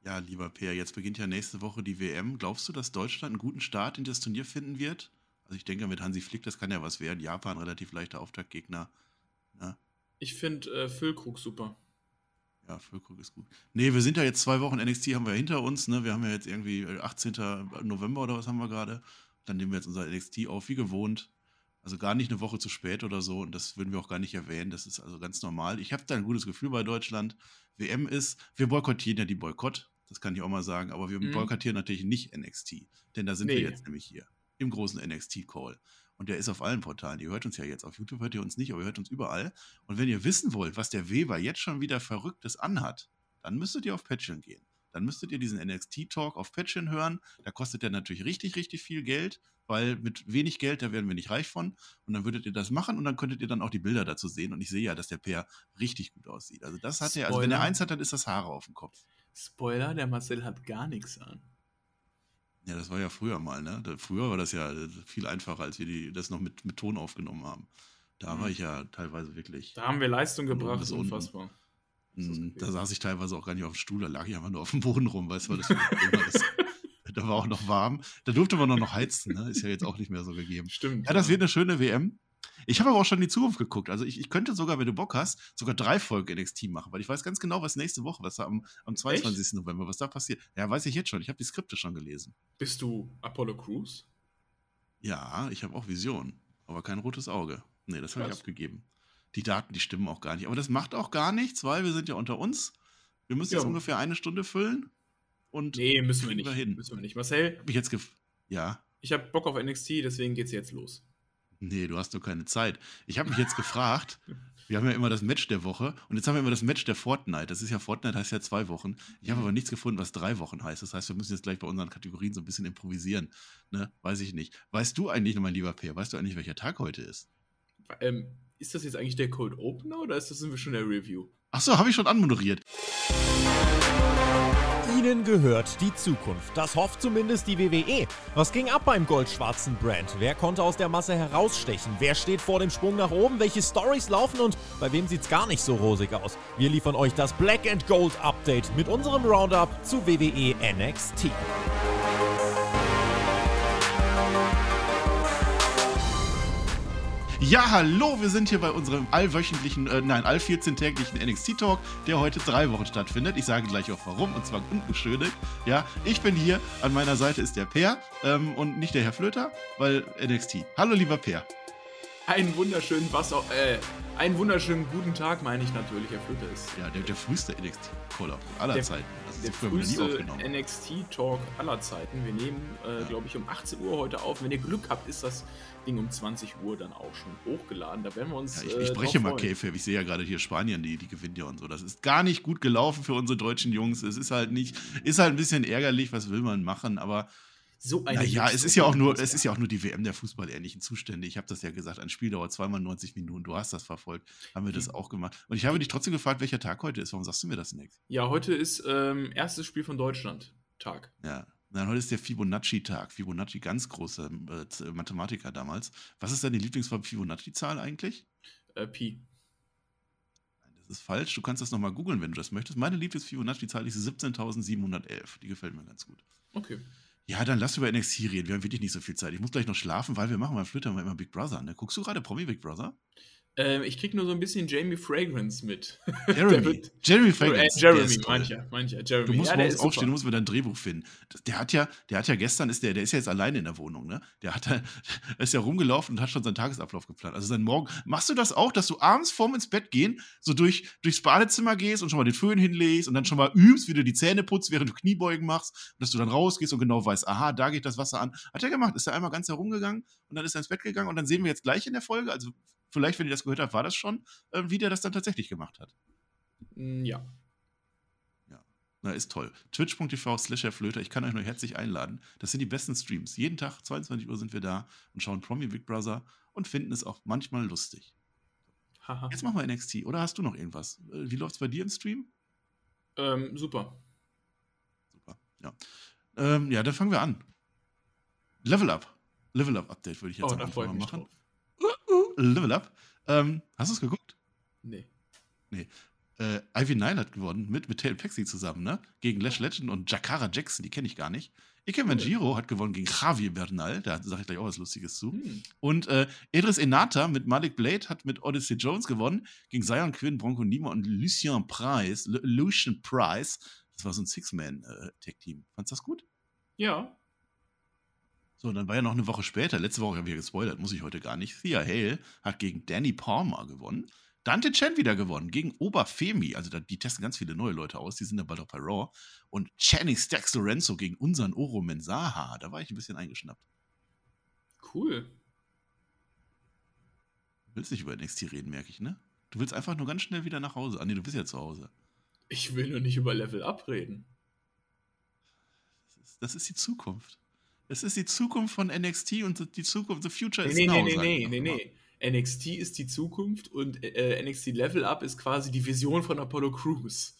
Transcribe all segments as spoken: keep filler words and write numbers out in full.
Ja, lieber Peer, jetzt beginnt ja nächste Woche die W M. Glaubst du, dass Deutschland einen guten Start in das Turnier finden wird? Also ich denke, mit Hansi Flick, das kann ja was werden. Japan, relativ leichter Auftaktgegner. Ne? Ich finde äh, Füllkrug super. Ja, Füllkrug ist gut. Nee, wir sind ja jetzt zwei Wochen N X T haben wir hinter uns. Ne? Wir haben ja jetzt irgendwie achtzehnten November oder was haben wir gerade. Dann nehmen wir jetzt unser N X T auf, wie gewohnt. Also gar nicht eine Woche zu spät oder so. Und das würden wir auch gar nicht erwähnen. Das ist also ganz normal. Ich habe da ein gutes Gefühl bei Deutschland. W M ist, wir boykottieren ja die Boykott. Das kann ich auch mal sagen. Aber wir Mhm. boykottieren natürlich nicht N X T. Denn da sind Nee. wir jetzt nämlich hier. Im großen N X T-Call. Und der ist auf allen Portalen. Ihr hört uns ja jetzt. Auf YouTube hört ihr uns nicht, aber ihr hört uns überall. Und wenn ihr wissen wollt, was der Weber jetzt schon wieder Verrücktes anhat, dann müsstet ihr auf Patreon gehen. Dann müsstet ihr diesen N X T-Talk auf Patreon hören. Da kostet der natürlich richtig, richtig viel Geld, weil mit wenig Geld, da werden wir nicht reich von. Und dann würdet ihr das machen und dann könntet ihr dann auch die Bilder dazu sehen. Und ich sehe ja, dass der Peer richtig gut aussieht. Also das hat er, also wenn er Spoiler. eins hat, dann ist das Haare auf dem Kopf. Spoiler, der Marcel hat gar nichts an. Ja, das war ja früher mal, ne? Da- Früher war das ja viel einfacher, als wir die, das noch mit, mit Ton aufgenommen haben. Da Mhm. war ich ja teilweise wirklich. Da haben wir Leistung Von oben gebracht, bis unten. unfassbar. ist das Mm, gewesen. Da saß ich teilweise auch gar nicht auf dem Stuhl, da lag ich einfach nur auf dem Boden rum, weißt du, weil das so immer ist. Da war auch noch warm. Da durfte man auch noch heizen, ne? Ist ja jetzt auch nicht mehr so gegeben. Stimmt. Ja, das wird eine schöne W M. Ich habe aber auch schon in die Zukunft geguckt. Also ich, ich könnte sogar, wenn du Bock hast, sogar drei Folgen N X T machen, weil ich weiß ganz genau, was nächste Woche, was da am, am zweiundzwanzigsten November, was da passiert. Ja, weiß ich jetzt schon. Ich habe die Skripte schon gelesen. Bist du Apollo Crews? Ja, ich habe auch Visionen, aber kein rotes Auge. Nee, das habe ich Krass. abgegeben. Die Daten, die stimmen auch gar nicht. Aber das macht auch gar nichts, weil wir sind ja unter uns. Wir müssen Ja. jetzt ungefähr eine Stunde füllen. Und Nee, müssen wir kriegen nicht. wir hin. Müssen wir nicht. Marcel, hab ich jetzt gef ja, ich habe Bock auf N X T, deswegen geht's jetzt los. nee, du hast doch keine Zeit. Ich habe mich jetzt gefragt, wir haben ja immer das Match der Woche und jetzt haben wir immer das Match der Fortnite. Das ist ja, Fortnite heißt ja zwei Wochen. Ich habe aber nichts gefunden, was drei Wochen heißt. Das heißt, wir müssen jetzt gleich bei unseren Kategorien so ein bisschen improvisieren. Ne? Weiß ich nicht. Weißt du eigentlich, mein lieber Peer, weißt du eigentlich, welcher Tag heute ist? Ähm, ist das jetzt eigentlich der Cold Opener oder ist das sind wir schon der Review? Achso, habe ich schon anmoderiert. Ihnen gehört die Zukunft. Das hofft zumindest die W W E. Was ging ab beim goldschwarzen Brand? Wer konnte aus der Masse herausstechen? Wer steht vor dem Sprung nach oben? Welche Storys laufen und bei wem sieht's gar nicht so rosig aus? Wir liefern euch das Black and Gold Update mit unserem Roundup zu W W E N X T. Ja, hallo, wir sind hier bei unserem allwöchentlichen, äh, nein, all vierzehntäglichen N X T-Talk, der heute drei Wochen stattfindet. Ich sage gleich auch warum, und zwar unbeschödigt. Ja, ich bin hier, an meiner Seite ist der Peer ähm, und nicht der Herr Flöter, weil N X T. Hallo, lieber Peer. Einen wunderschönen Wasser, äh, einen wunderschönen guten Tag, meine ich natürlich, Herr Flöter ist. Ja, der, der früheste N X T-Caller aller Der- Zeiten. Das Der ist früher nie früheste aufgenommen. N X T-Talk aller Zeiten. Wir nehmen, äh, Ja. glaube ich, um achtzehn Uhr heute auf. Wenn ihr Glück habt, ist das Ding um zwanzig Uhr dann auch schon hochgeladen. Da werden wir uns. Ja, ich, äh, ich breche drauf mal freuen. K-Fab. Ich sehe ja gerade hier Spanien, die, die gewinnen ja und so. Das ist gar nicht gut gelaufen für unsere deutschen Jungs. Es ist halt nicht, ist halt ein bisschen ärgerlich, was will man machen, aber So eine naja, Jux- es ist ja auch nur, es ist ja auch nur die W M der fußballähnlichen Zustände. Ich habe das ja gesagt, ein Spiel dauert zweimal neunzig Minuten. Du hast das verfolgt, haben wir das auch gemacht. Und ich habe dich trotzdem gefragt, welcher Tag heute ist. Warum sagst du mir das nicht? Ja, heute ist ähm, erstes Spiel von Deutschland. Tag. Ja, nein, heute ist der Fibonacci-Tag. Fibonacci, ganz großer äh, Z- Mathematiker damals. Was ist deine Lieblings-Fibonacci-Zahl eigentlich? Äh, Pi. Nein, das ist falsch. Du kannst das nochmal googeln, wenn du das möchtest. Meine Lieblings-Fibonacci-Zahl ist siebzehntausendsiebenhundertelf. Die gefällt mir ganz gut. Okay. Ja, dann lass über N X T reden. Wir haben wirklich nicht so viel Zeit. Ich muss gleich noch schlafen, weil wir machen beim Flöter immer Big Brother. Ne? Guckst du gerade Promi Big Brother? Ähm, ich krieg nur so ein bisschen Jamie Fragrance mit. Der Jeremy. wird- Jeremy Äh, Fragrance. der Jeremy, ist toll. meine ich ja. Mein ich ja. Jeremy. Du musst ja, der morgens ist aufstehen, du super. musst mir dein Drehbuch finden. Das, der hat ja, der hat ja gestern, ist der, der ist ja jetzt alleine in der Wohnung, ne? Der hat da, ist ja rumgelaufen und hat schon seinen Tagesablauf geplant. Also sein Morgen. Machst du das auch, dass du abends vorm ins Bett gehen, so durch, durchs Badezimmer gehst und schon mal den Föhn hinlegst und dann schon mal übst, wie du die Zähne putzt, während du Kniebeugen machst, und dass du dann rausgehst und genau weißt, aha, da geht das Wasser an. Hat er gemacht, ist er einmal ganz herumgegangen und dann ist er ins Bett gegangen und dann sehen wir jetzt gleich in der Folge, also vielleicht, wenn ihr das gehört habt, war das schon, äh, wie der das dann tatsächlich gemacht hat. Mm, Ja. Na, ist toll. Twitch.tv slash Herr Flöter. Ich kann euch nur herzlich einladen. Das sind die besten Streams. Jeden Tag, zweiundzwanzig Uhr, sind wir da und schauen Promi Big Brother und finden es auch manchmal lustig. Haha. Jetzt machen wir N X T. Oder hast du noch irgendwas? Äh, Wie läuft's bei dir im Stream? Ähm, super. Super. Ja. Ähm, ja, dann fangen wir an. Level Up. Level Up Update würde ich jetzt Oh, am da Anfang freue ich mal mich machen. drauf. Level Up. Ähm, hast du es geguckt? Nee. Nee. Äh, Ivy Nile hat gewonnen, mit, mit Taylor Paxi zusammen, ne? Gegen Lash Legend und Jakara Jackson, die kenne ich gar nicht. Ike Cool. Manjiro hat gewonnen gegen Javier Bernal, da sage ich gleich auch was Lustiges zu. Hm. Und äh, Idris Enata mit Malik Blade hat mit Odyssey Jones gewonnen, gegen Zion Quinn, Bronco Nima und Lucien Price. Lu- Lucian Price. Das war so ein Six-Man-Tag-Team. Fandst du das gut? Ja. So, und dann war ja noch eine Woche später, letzte Woche habe ich ja gespoilert, muss ich heute gar nicht. Thea Hale hat gegen Danny Palmer gewonnen. Dante Chen wieder gewonnen gegen Oberfemi. Also da, die testen ganz viele neue Leute aus, die sind ja bald auch bei Raw. Und Channing Stax Lorenzo gegen unseren Oro Mensaha. Da war ich ein bisschen eingeschnappt. Cool. Du willst nicht über N X T reden, merke ich, ne? Du willst einfach nur ganz schnell wieder nach Hause. Ah, nee, du bist ja zu Hause. Ich will nur nicht über Level Up reden. Das ist, das ist die Zukunft. Es ist die Zukunft von N X T und die Zukunft, the future Nee, is nee, now. nee, nee, sagen nee, wir nee, immer. nee. N X T ist die Zukunft und äh, N X T Level Up ist quasi die Vision von Apollo Crews.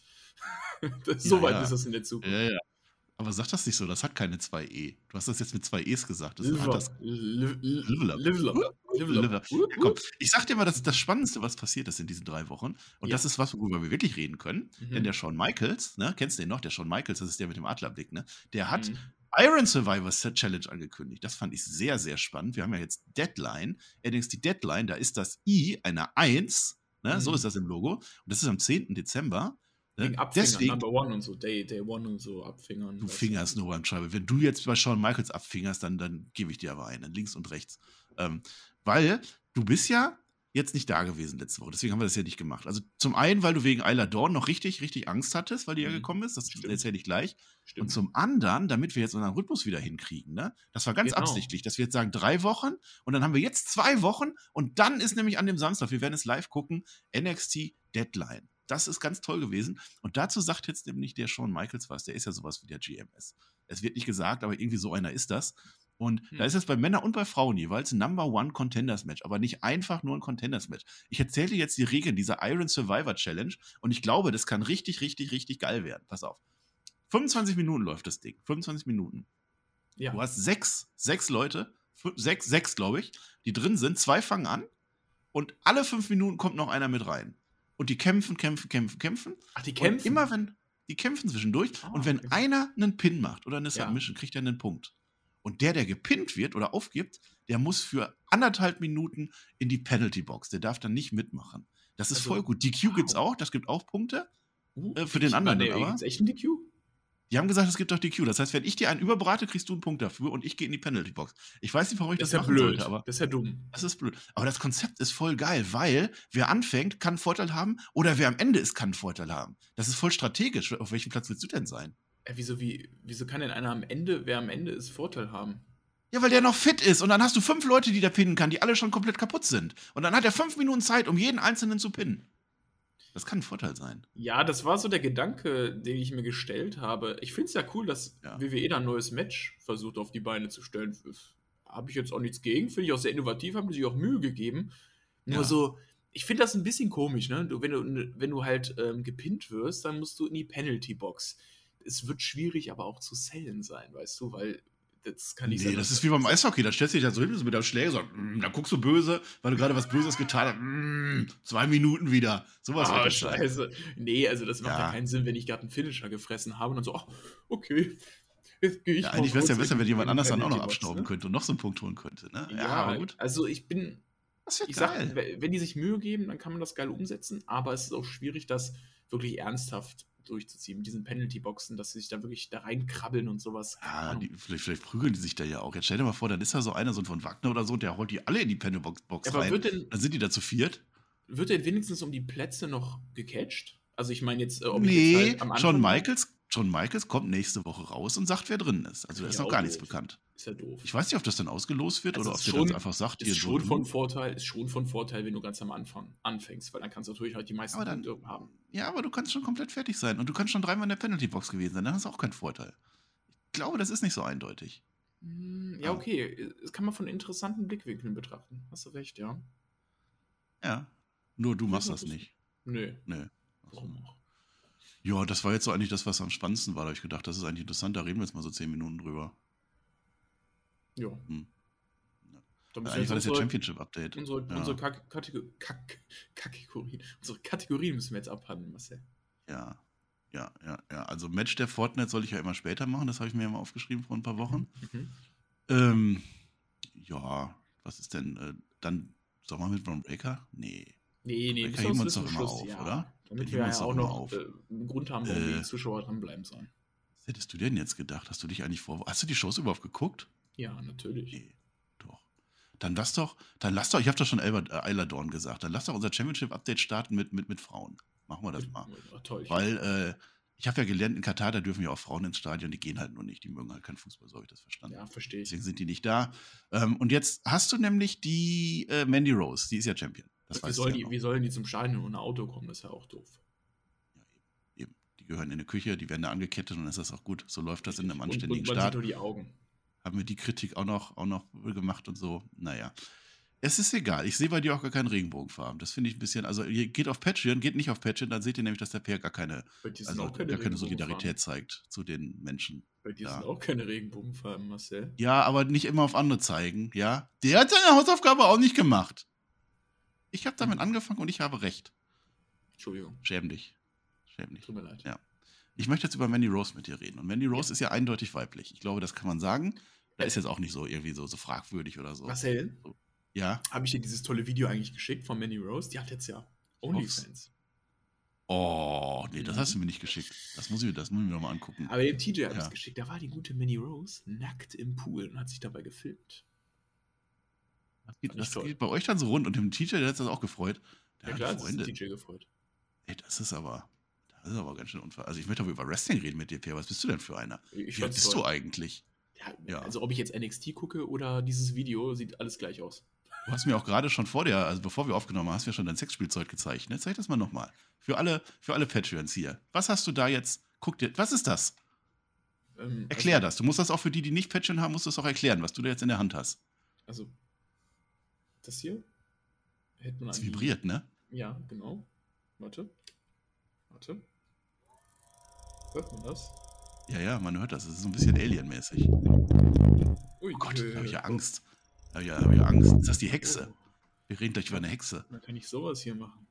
Das, Ja, so weit ja. ist das in der Zukunft. Ja, ja. Aber sag das nicht so, das hat keine zwei E. Du hast das jetzt mit zwei E's gesagt. Das Live hat up. das Live Level up. Level up. Level Level up. up. Wupp, Ja, komm, wupp. ich sag dir mal, das ist das Spannendste, was passiert ist in diesen drei Wochen. Und Ja. das ist was, worüber wir wirklich reden können. Mhm. Denn der Shawn Michaels, ne, kennst du den noch? Der Shawn Michaels, das ist der mit dem Adlerblick, ne? Der hat Mhm. Iron Survivor Challenge angekündigt. Das fand ich sehr, sehr spannend. Wir haben ja jetzt Deadline. N X T Deadline, da ist das I eine eins. Ne? So Mhm. ist das im Logo. Und das ist am zehnten Dezember. Ne? Wegen Abfingern, Deswegen, Number One und so, Day, Day One und so, Abfingern. du weißt fingerst nur beim Schreiben. Wenn du jetzt bei Shawn Michaels abfingerst, dann, dann gebe ich dir aber einen, links und rechts. Ähm, weil du bist ja jetzt nicht da gewesen letzte Woche, deswegen haben wir das ja nicht gemacht. Also zum einen, weil du wegen Isla Dawn noch richtig, richtig Angst hattest, weil die ja Mhm. gekommen ist, das Stimmt. erzähle ich gleich. Stimmt. Und zum anderen, damit wir jetzt unseren Rhythmus wieder hinkriegen, ne? Das war ganz Genau. absichtlich, dass wir jetzt sagen drei Wochen und dann haben wir jetzt zwei Wochen und dann ist nämlich an dem Samstag, wir werden es live gucken, N X T Deadline. Das ist ganz toll gewesen. Und dazu sagt jetzt nämlich der Shawn Michaels was. Der ist ja sowas wie der G M S. Es wird nicht gesagt, aber irgendwie so einer ist das. Und Hm. da ist es bei Männern und bei Frauen jeweils ein Number One Contenders Match, aber nicht einfach nur ein Contenders Match. Ich erzähle dir jetzt die Regeln dieser Iron Survivor Challenge und ich glaube, das kann richtig, richtig, richtig geil werden. Pass auf. fünfundzwanzig Minuten läuft das Ding. fünfundzwanzig Minuten. Ja. Du hast sechs, sechs Leute, fü- sechs, sechs glaube ich, die drin sind. Zwei fangen an und alle fünf Minuten kommt noch einer mit rein. Und die kämpfen, kämpfen, kämpfen, kämpfen. Ach, die Und kämpfen. immer wenn, die kämpfen zwischendurch. Ah, und wenn okay. einer einen Pin macht oder eine Ja. Submission, kriegt er einen Punkt. Und der, der gepinnt wird oder aufgibt, der muss für anderthalb Minuten in die Penalty-Box. Der darf dann nicht mitmachen. Das ist Also, voll gut. D Q wow. gibt's auch, das gibt auch Punkte. Uh, äh, für den anderen Nee, dann aber. gibt's echt ein D Q? Die haben gesagt, es gibt doch D Q. Das heißt, wenn ich dir einen überbrate, kriegst du einen Punkt dafür und ich gehe in die Penalty-Box. Ich weiß nicht, warum ich Das das, ist ja machen blöd. sollte, aber Das ist ja dumm. das ist blöd. Aber das Konzept ist voll geil, weil wer anfängt, kann einen Vorteil haben oder wer am Ende ist, kann einen Vorteil haben. Das ist voll strategisch. Auf welchem Platz willst du denn sein? Äh, wieso, wie, wieso kann denn einer am Ende, wer am Ende ist, Vorteil haben? Ja, weil der noch fit ist und dann hast du fünf Leute, die der pinnen kann, die alle schon komplett kaputt sind. Und dann hat er fünf Minuten Zeit, um jeden Einzelnen zu pinnen. Das kann ein Vorteil sein. Ja, das war so der Gedanke, den ich mir gestellt habe. Ich finde es ja cool, dass Ja. W W E da ein neues Match versucht auf die Beine zu stellen. Habe ich jetzt auch nichts gegen, finde ich auch sehr innovativ, haben die sich auch Mühe gegeben. Nur Ja. so, ich finde das ein bisschen komisch, ne? Du, wenn, du, wenn du halt ähm, gepinnt wirst, dann musst du in die Penalty-Box. Es wird schwierig, aber auch zu sellen sein, weißt du, weil das kann nicht Nee, sein. das dass- ist wie beim Eishockey. Da stellst du dich da so hin so mit der Schläge, so, mm, da guckst du böse, weil du gerade was Böses getan hast. Mm, zwei Minuten wieder. Sowas wird Ah, das sein. scheiße. Nee, also das macht ja, Ja. keinen Sinn, wenn ich gerade einen Finisher gefressen habe und dann so, ach, okay, jetzt gehe ich Ja, mal eigentlich wäre es ja kurz besser, in wenn die jemand anders dann auch noch Penalty-Box, abstauben ne? könnte und noch so einen Punkt holen könnte. Ne? Ja, Ja, aber gut. also ich bin, Das wird ich geil. sag, we- wenn die sich Mühe geben, dann kann man das geil umsetzen, aber es ist auch schwierig, das wirklich ernsthaft durchzuziehen mit diesen Penalty-Boxen, dass sie sich da wirklich da reinkrabbeln und sowas. Keine Ja, Ahnung. die, vielleicht, vielleicht prügeln die sich da ja auch. Jetzt stell dir mal vor, dann ist da so einer, so ein von Wagner oder so, der holt die alle in die Penalty-Box Box Aber rein. wird denn, Dann sind die da zu viert. wird denn wenigstens um die Plätze noch gecatcht? Also ich meine jetzt, äh, ob ich Nee, jetzt halt am Anfang Shawn war- Michaels, Shawn Michaels kommt nächste Woche raus und sagt, wer drin ist. Also da Ja, ist noch auch gar nichts doof. bekannt. Ist ja doof. Ich weiß nicht, ob das dann ausgelost wird Also oder ob ist der schon- dann einfach sagt, Ist hier schon so, von du. Vorteil, ist schon von Vorteil, wenn du ganz am Anfang anfängst, weil dann kannst du natürlich halt die meisten Aber dann- Punkte haben. Ja, aber du kannst schon komplett fertig sein und du kannst schon dreimal in der Penalty-Box gewesen sein. Dann hast du auch keinen Vorteil. Ich glaube, das ist nicht so eindeutig. Hm, Ja, Ah. okay. Das kann man von interessanten Blickwinkeln betrachten. Hast du recht, ja. Ja. Nur du machst Ja, das das ist- nicht. Nö. Nee. Warum auch? Ja, das war jetzt so eigentlich das, was am spannendsten war. Da habe ich gedacht, das ist eigentlich interessant. Da reden wir jetzt mal so zehn Minuten drüber. Ja. Da müssen wir Eigentlich jetzt war das ja unsere, Championship-Update. unsere, Ja. unsere Kak- Kategor- Kak- Kategorien, unsere Kategorien müssen wir jetzt abhandeln, Marcel. Ja, ja, ja, ja. Also Match der Fortnite soll ich ja immer später machen, das habe ich mir ja mal aufgeschrieben vor ein paar Wochen. Mhm. Ähm, ja, was ist denn, äh, dann Sommer mit Braun Breaker? Nee. Nee, nee, Breaker müssen wir heben uns uns bis doch zum immer Schluss, auf, ja. oder? Den Damit heben wir wir ja uns doch auch immer noch auf. äh, einen Grund haben, warum Äh, die Zuschauer dranbleiben sollen. Was hättest du denn jetzt gedacht? Hast du dich eigentlich vor... Hast du die Shows überhaupt geguckt? Ja, natürlich. Nee, doch. Dann lass doch, dann lass doch, ich habe doch schon Elba, äh, Isla Dawn gesagt, dann lass doch unser Championship-Update starten mit, mit, mit Frauen. Machen wir das mal. Ja, toll. Weil, äh, ich habe ja gelernt, in Katar, da dürfen ja auch Frauen ins Stadion, die gehen halt nur nicht, die mögen halt keinen Fußball, so habe ich das verstanden. Ja, verstehe ich. Deswegen sind die nicht da. Ähm, und jetzt hast du nämlich die äh, Mandy Rose, die ist ja Champion. Das Wie weißt sollen, du ja die, noch. wie sollen die zum Stadion ohne Auto kommen? Das ist ja auch doof. Ja, eben, eben. Die gehören in eine Küche, die werden da angekettet und dann ist das auch gut. So läuft das in einem Und, anständigen und man Staat. sieht nur die Augen. Haben wir die Kritik auch noch, auch noch gemacht und so. Naja. Es ist egal. Ich sehe bei dir auch gar keinen Regenbogenfarben. Das finde ich ein bisschen. Also, ihr geht auf Patreon, geht nicht auf Patreon, dann seht ihr nämlich, dass der Peer gar keine, Bei dir sind also, auch keine gar keine Regenbogenfarben. Solidarität zeigt zu den Menschen. Bei dir Ja. sind auch keine Regenbogenfarben, Marcel. Ja, aber nicht immer auf andere zeigen, ja. Der hat seine Hausaufgabe auch nicht gemacht. Ich habe damit angefangen und ich habe recht. Entschuldigung, Schäm dich. Schäm dich. tut mir leid. Ja. Ich möchte jetzt über Mandy Rose mit dir reden. Und Mandy Rose Ja. ist ja eindeutig weiblich. Ich glaube, das kann man sagen. Da ist jetzt auch nicht so irgendwie so, so fragwürdig oder so. Marcel, Ja. habe ich dir dieses tolle Video eigentlich geschickt von Mandy Rose? Die hat jetzt ja OnlyFans. Oh, nee, das Mhm. hast du mir nicht geschickt. Das muss ich, das muss ich mir nochmal angucken. Aber dem T J habe ich Ja. es geschickt. Da war die gute Mandy Rose nackt im Pool und hat sich dabei gefilmt. Das geht, Fand ich das toll. geht bei euch dann so rund und dem Teacher, der hat das auch gefreut. Der Ja hat klar, das ist Freunde. T J gefreut. Ey, das ist aber, das ist aber ganz schön unfair. Also ich möchte aber über Wrestling reden mit dir, Pierre. Was bist du denn für einer? Ich Wie alt fand's bist toll. du eigentlich? Ja, Ja. Also ob ich jetzt N X T gucke oder dieses Video, sieht alles gleich aus. Du hast mir auch gerade schon vor der, also bevor wir aufgenommen haben, hast du mir schon dein Sexspielzeug gezeigt. Ne? Zeig das mal nochmal. Für alle, für alle Patreons hier. Was hast du da jetzt? Guck dir, was ist das? Ähm, Erklär das. Du musst das auch für die, die nicht Patreon haben, musst du das auch erklären, was du da jetzt in der Hand hast. Also, das hier hätte man Das an die- vibriert, ne? Ja, genau. Warte. Warte. Hört man das? Ja, ja, man hört das. Das ist so ein bisschen alienmäßig. Ui, Oh Gott, da habe ich ja äh, Angst. Da habe ich ja, hab ich ja Angst. Ist das die Hexe? Wir reden gleich über eine Hexe. Man kann nicht sowas hier machen.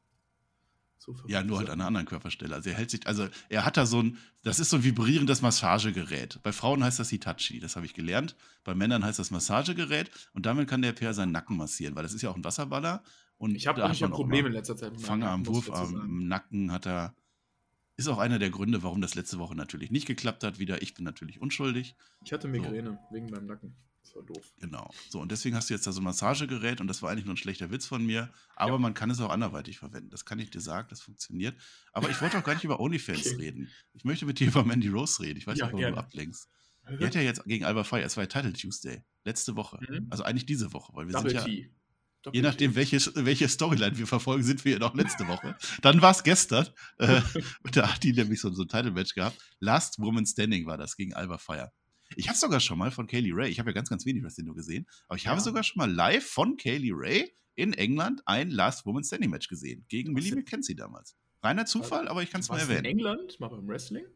So verrückt. Ja, nur halt an einer anderen Körperstelle. Also er hält sich, also er hat da so ein, das ist so ein vibrierendes Massagegerät. Bei Frauen heißt das Hitachi, das habe ich gelernt. Bei Männern heißt das Massagegerät und damit kann der Peer seinen Nacken massieren, weil das ist ja auch ein Wasserballer. Und Ich habe da ich hat hab man auch Probleme mal in letzter Zeit mit meinem Fangarm, Nacken, muss ich dazu Wurfarm, sagen. im Nacken hat er. Ist auch einer der Gründe, warum das letzte Woche natürlich nicht geklappt hat. Wieder, ich bin natürlich unschuldig. Ich hatte Migräne wegen meinem Nacken. Das war doof. Genau. So, und deswegen hast du jetzt da so ein Massagegerät und das war eigentlich nur ein schlechter Witz von mir. Aber Ja. man kann es auch anderweitig verwenden. Das kann ich dir sagen, das funktioniert. Aber ich wollte auch gar nicht über OnlyFans Okay. reden. Ich möchte mit dir über Mandy Rose reden. Ich weiß Ja, nicht, warum du gerne. ablenkst. Die hat ja jetzt gegen Alba Fire, es war ja Title Tuesday, letzte Woche. Mhm. Also eigentlich diese Woche, weil wir Double sind ja, T. Doppel je nachdem, T. welche, welche Storyline wir verfolgen, sind wir ja noch letzte Woche. Dann war es gestern. Äh, und da hat die nämlich so, so ein Title-Match gehabt. Last Woman Standing war das gegen Alba Fire. Ich habe sogar schon mal von Kaylee Ray, ich habe ja ganz, ganz wenig Wrestling nur gesehen, aber ich habe Ja. sogar schon mal live von Kaylee Ray in England ein Last Woman Standing Match gesehen. Gegen Was Millie denn? McKenzie damals. Reiner Zufall, aber ich kann es mal Warst du in erwähnen. England? Mal beim Wrestling?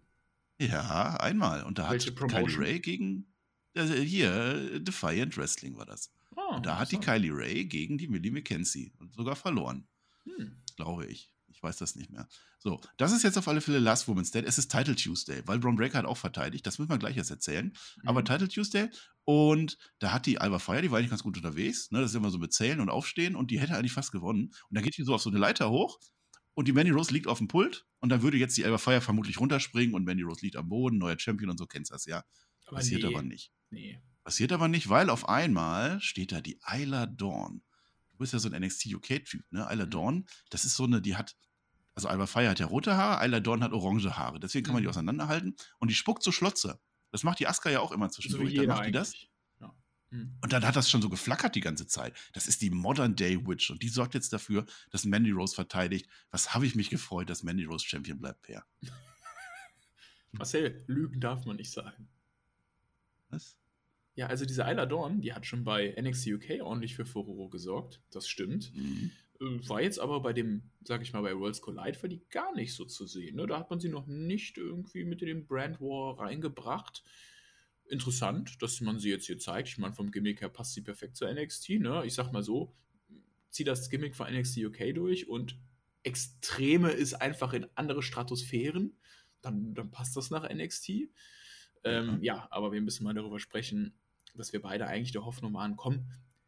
Ja, einmal. Und da Welche hat Kylie Promotion? Ray gegen, äh, hier, äh, Defiant Wrestling war das. Ah, Und da hat die interessant. Kylie Ray gegen die Millie McKenzie und sogar verloren. Hm. Glaube ich. Ich weiß das nicht mehr. So, das ist jetzt auf alle Fälle Last Woman's Dead. Es ist Title Tuesday, weil Braun Breaker hat auch verteidigt. Das müssen wir gleich erst erzählen. Aber Mhm. Title Tuesday. Und da hat die Alba Fire, die war eigentlich ganz gut unterwegs. Ne? Das ist immer so mit Zählen und Aufstehen. Und die hätte eigentlich fast gewonnen. Und dann geht die so auf so eine Leiter hoch. Und die Mandy Rose liegt auf dem Pult. Und dann würde jetzt die Alba Fire vermutlich runterspringen. Und Mandy Rose liegt am Boden. Neuer Champion und so, kennst das ja. Aber Passiert nee. aber nicht. Nee. Passiert aber nicht, weil auf einmal steht da die Isla Dawn. Du bist ja so ein N X T U K-Typ, ne? Isla Mhm. Dawn, das ist so eine, die hat, also Alba Fire hat ja rote Haare, Isla Dawn hat orange Haare. Deswegen kann man die Mhm. auseinanderhalten. Und die spuckt so Schlotze. Das macht die Asuka ja auch immer So wie zwischendurch. Dann jeder macht die das. eigentlich. Ja. Hm. Und dann hat das schon so geflackert die ganze Zeit. Das ist die Modern Day Witch. Und die sorgt jetzt dafür, dass Mandy Rose verteidigt. Was habe ich mich gefreut, dass Mandy Rose Champion bleibt, Per. Marcel, Lügen darf man nicht sagen. Was? Ja, also diese Isla Dawn, die hat schon bei N X T U K ordentlich für Furore gesorgt. Das stimmt. Mhm. Äh, War jetzt aber bei dem, sag ich mal, bei Worlds Collide war die gar nicht so zu sehen. Ne? Da hat man sie noch nicht irgendwie mit in den Brand War reingebracht. interessant, dass man sie jetzt hier zeigt. Ich meine, vom Gimmick her passt sie perfekt zu N X T. Ne? Ich sag mal so, zieh das Gimmick von N X T U K durch und Extreme ist einfach in andere Stratosphären. Dann, dann passt das nach N X T. Ähm, ja. ja, aber wir müssen mal darüber sprechen, dass wir beide eigentlich der Hoffnung waren, komm,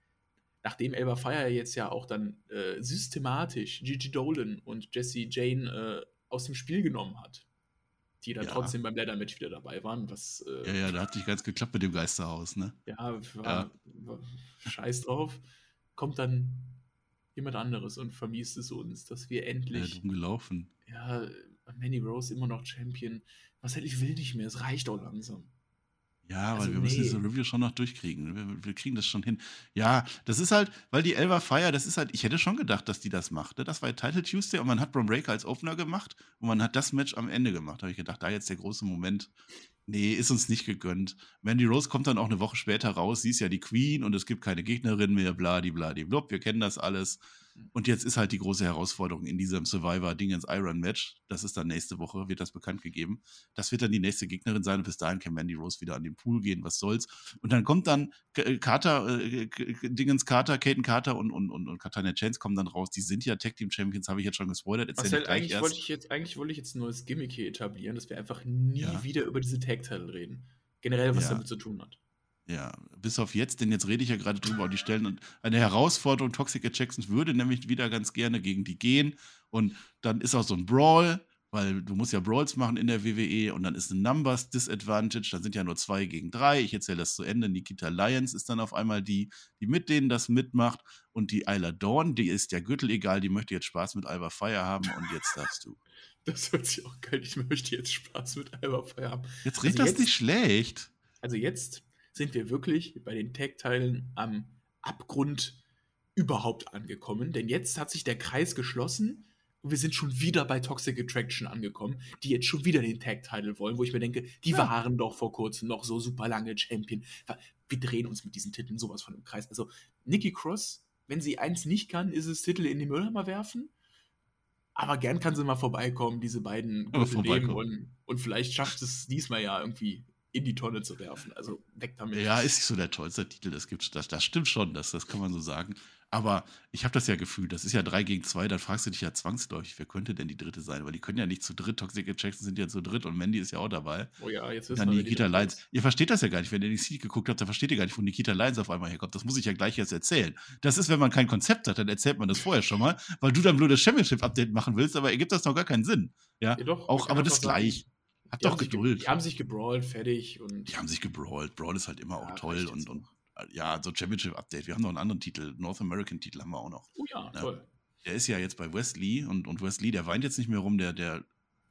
nachdem Alba Fire jetzt ja auch dann äh, systematisch Gigi Dolan und Jessie Jane äh, aus dem Spiel genommen hat, die dann Ja. trotzdem beim Leather-Match wieder dabei waren, was äh, Ja, ja, da hat nicht ganz geklappt mit dem Geisterhaus, ne? ja, war, Ja. war scheiß drauf, kommt dann jemand anderes und vermiest es uns, dass wir Ja, endlich, dumm gelaufen. ja, Mandy Rose immer noch Champion. Was hätte ich will nicht mehr, es reicht auch langsam. Ja, weil Also, wir müssen nee. diese Review schon noch durchkriegen. Wir, wir kriegen das schon hin. Ja, das ist halt, weil die Alba Fire, das ist halt, ich hätte schon gedacht, dass die das macht. Ne? Das war ja Title Tuesday und man hat Bron Breakker als Opener gemacht und man hat das Match am Ende gemacht. Da habe ich gedacht, da jetzt der große Moment. Nee, ist uns nicht gegönnt. Mandy Rose kommt dann auch eine Woche später raus. Sie ist ja die Queen und es gibt keine Gegnerin mehr, bladi, bladi, blub. Wir kennen das alles. Und jetzt ist halt die große Herausforderung in diesem Survivor-Dingens Iron-Match. Das ist dann nächste Woche, wird das bekannt gegeben. Das wird dann die nächste Gegnerin sein und bis dahin kann Mandy Rose wieder an den Pool gehen, was soll's. Und dann kommt dann K- Carter, äh, K- Dingens Carter, Kaden Carter und, und, und, und Katana Chance kommen dann raus. Die sind ja Tag-Team-Champions, habe ich jetzt schon gespoilert. Erzähl ich Marcel, gleich eigentlich erst. wollte ich jetzt, eigentlich wollte ich jetzt ein neues Gimmick hier etablieren, dass wir einfach nie Ja. wieder über diese Tag-Title reden. Generell, was Ja. damit zu tun hat. Ja, bis auf jetzt, denn jetzt rede ich ja gerade drüber und die stellen und eine Herausforderung. Toxic Attractions würde nämlich wieder ganz gerne gegen die gehen und dann ist auch so ein Brawl, weil du musst ja Brawls machen in der W W E und dann ist ein Numbers Disadvantage, dann sind ja nur zwei gegen drei. Ich erzähle das zu Ende. Nikita Lyons ist dann auf einmal die, die mit denen das mitmacht und die Isla Dawn, die ist der Gürtel egal, die möchte jetzt Spaß mit Alba Fire haben und jetzt darfst du. Das hört sich auch geil. Ich möchte jetzt Spaß mit Alba Fire haben. Jetzt red Also das jetzt- nicht schlecht. Also jetzt sind wir wirklich bei den Tag-Teilen am Abgrund überhaupt angekommen, denn jetzt hat sich der Kreis geschlossen und wir sind schon wieder bei Toxic Attraction angekommen, die jetzt schon wieder den Tag-Title wollen, wo ich mir denke, die Ja. waren doch vor kurzem noch so super lange Champion. Wir drehen uns mit diesen Titeln sowas von im Kreis. Also Nikki Cross, wenn sie eins nicht kann, ist es Titel in den Mülleimer werfen. Aber gern kann sie mal vorbeikommen, diese beiden Aber Gürtel nehmen vorbeikommen. und, und vielleicht schafft es diesmal ja irgendwie in die Tonne zu werfen. Also weg damit. Ja, ist nicht so der tollste Titel, das gibt das, das stimmt schon, das, das kann man so sagen. Aber ich habe das ja gefühlt, das ist ja drei gegen zwei, dann fragst du dich ja zwangsläufig, wer könnte denn die dritte sein? Weil die können ja nicht zu dritt, Toxic Attraction sind ja zu dritt und Mandy ist ja auch dabei. Oh ja, jetzt Und wissen dann wir, wer die Nikita dritte Lyons. ist. Ihr versteht das ja gar nicht, wenn ihr N X T geguckt habt, dann versteht ihr gar nicht, wo Nikita Lyons auf einmal herkommt. Das muss ich ja gleich jetzt erzählen. Das ist, wenn man kein Konzept hat, dann erzählt man das vorher schon mal, weil du dann blödes Championship-Update machen willst, aber ergibt das noch gar keinen Sinn. Ja, Ja, doch, wir auch, können aber einfach das sagen, gleich. Habt Die doch haben, sich ge- Geduld. die haben sich gebrawlt, fertig. Und Die haben sich gebrawlt. Brawl ist halt immer Ja, auch toll reicht und, jetzt und auch. äh, ja, so Championship-Update. Wir haben noch einen anderen Titel, North American-Titel haben wir auch noch. Oh ja, Ja. toll. Der ist ja jetzt bei Wesley und, und Wesley, der weint jetzt nicht mehr rum, der, der,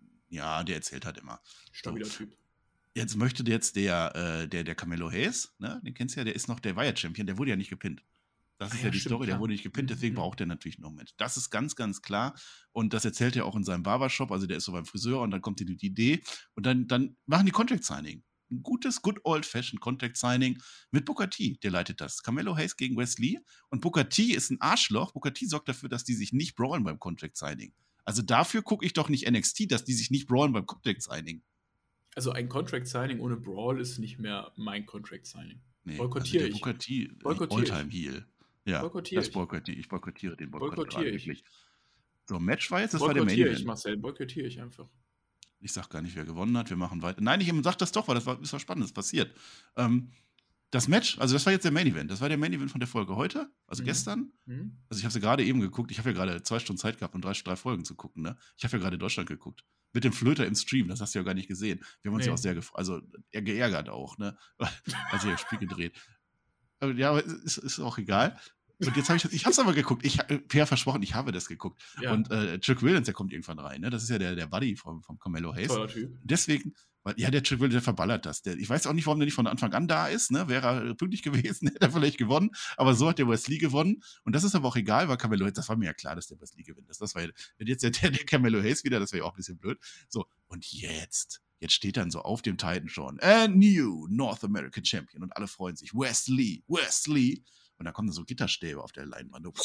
ja, der erzählt halt immer. Stabiler Typ. Jetzt möchte jetzt der, äh, der, der Camelo Hayes, ne, den kennst du ja, der ist noch, der war ja Champion, der wurde ja nicht gepinnt. Das Ah ist ja, ja die stimmt, Story, der klar. wurde nicht gepinnt, deswegen Mhm. braucht er natürlich noch einen Mensch. Das ist ganz, ganz klar. Und das erzählt er auch in seinem Barbershop, also der ist so beim Friseur und dann kommt die, die Idee und dann, dann machen die Contract Signing. Ein gutes, good old-fashioned Contract Signing mit Booker T, der leitet das. Camelo Hayes gegen Wesley und Booker T ist ein Arschloch. Booker T sorgt dafür, dass die sich nicht brawlen beim Contract Signing. Also dafür gucke ich doch nicht N X T, dass die sich nicht brawlen beim Contract Signing. Also ein Contract Signing ohne Brawl ist nicht mehr mein Contract Signing. Nee, Boykottiere also ich. der Booker T, Boykottiere ich. Alltime Heel. Ja, Boykottiere das ich. boykottiere ich. boykottiere den Boykott Boykottiere gerade ich. wirklich. So, Match war jetzt, das war der Main Boykottiere ich, Event. Marcel, boykottiere ich einfach. Ich sag gar nicht, wer gewonnen hat. Wir machen weiter. Nein, ich sag das doch, weil das war, ist was Spannendes passiert. Ähm, das Match, also das war jetzt der Main Event. Das war der Main Event von der Folge heute, also Mhm. gestern. Hm? Also ich habe sie gerade eben geguckt. Ich habe ja gerade zwei Stunden Zeit gehabt, um drei, drei Folgen zu gucken. Ne? Ich habe ja gerade Deutschland geguckt. Mit dem Flöter im Stream, das hast du ja gar nicht gesehen. Wir haben uns Nee. ja auch sehr gefreut, also eher geärgert auch, ne? Also ich das Spiel gedreht. Aber ja, aber ist, ist auch egal. Und jetzt habe ich das, ich habe es aber geguckt. Ich habe Peer versprochen, ich habe das geguckt. Ja, Und äh, Chuck Williams, der kommt irgendwann rein, ne? Das ist ja der, der Buddy vom, vom Carmelo Hayes. toller Typ. Deswegen, weil, ja, der Chuck Williams, der verballert das. Der, ich weiß auch nicht, warum der nicht von Anfang an da ist, ne? Wäre er pünktlich gewesen, hätte er vielleicht gewonnen. Aber so hat der Wesley gewonnen. Und das ist aber auch egal, weil Carmelo Hayes, das war mir ja klar, dass der Wesley gewinnt. Das, das war ja, wenn jetzt der, der Carmelo Hayes wieder, das wäre ja auch ein bisschen blöd. So, und jetzt, jetzt steht dann so auf dem Titan schon, a new North American Champion. Und alle freuen sich. Wesley, Wesley. Und dann kommen so Gitterstäbe auf der Leinwand. Dann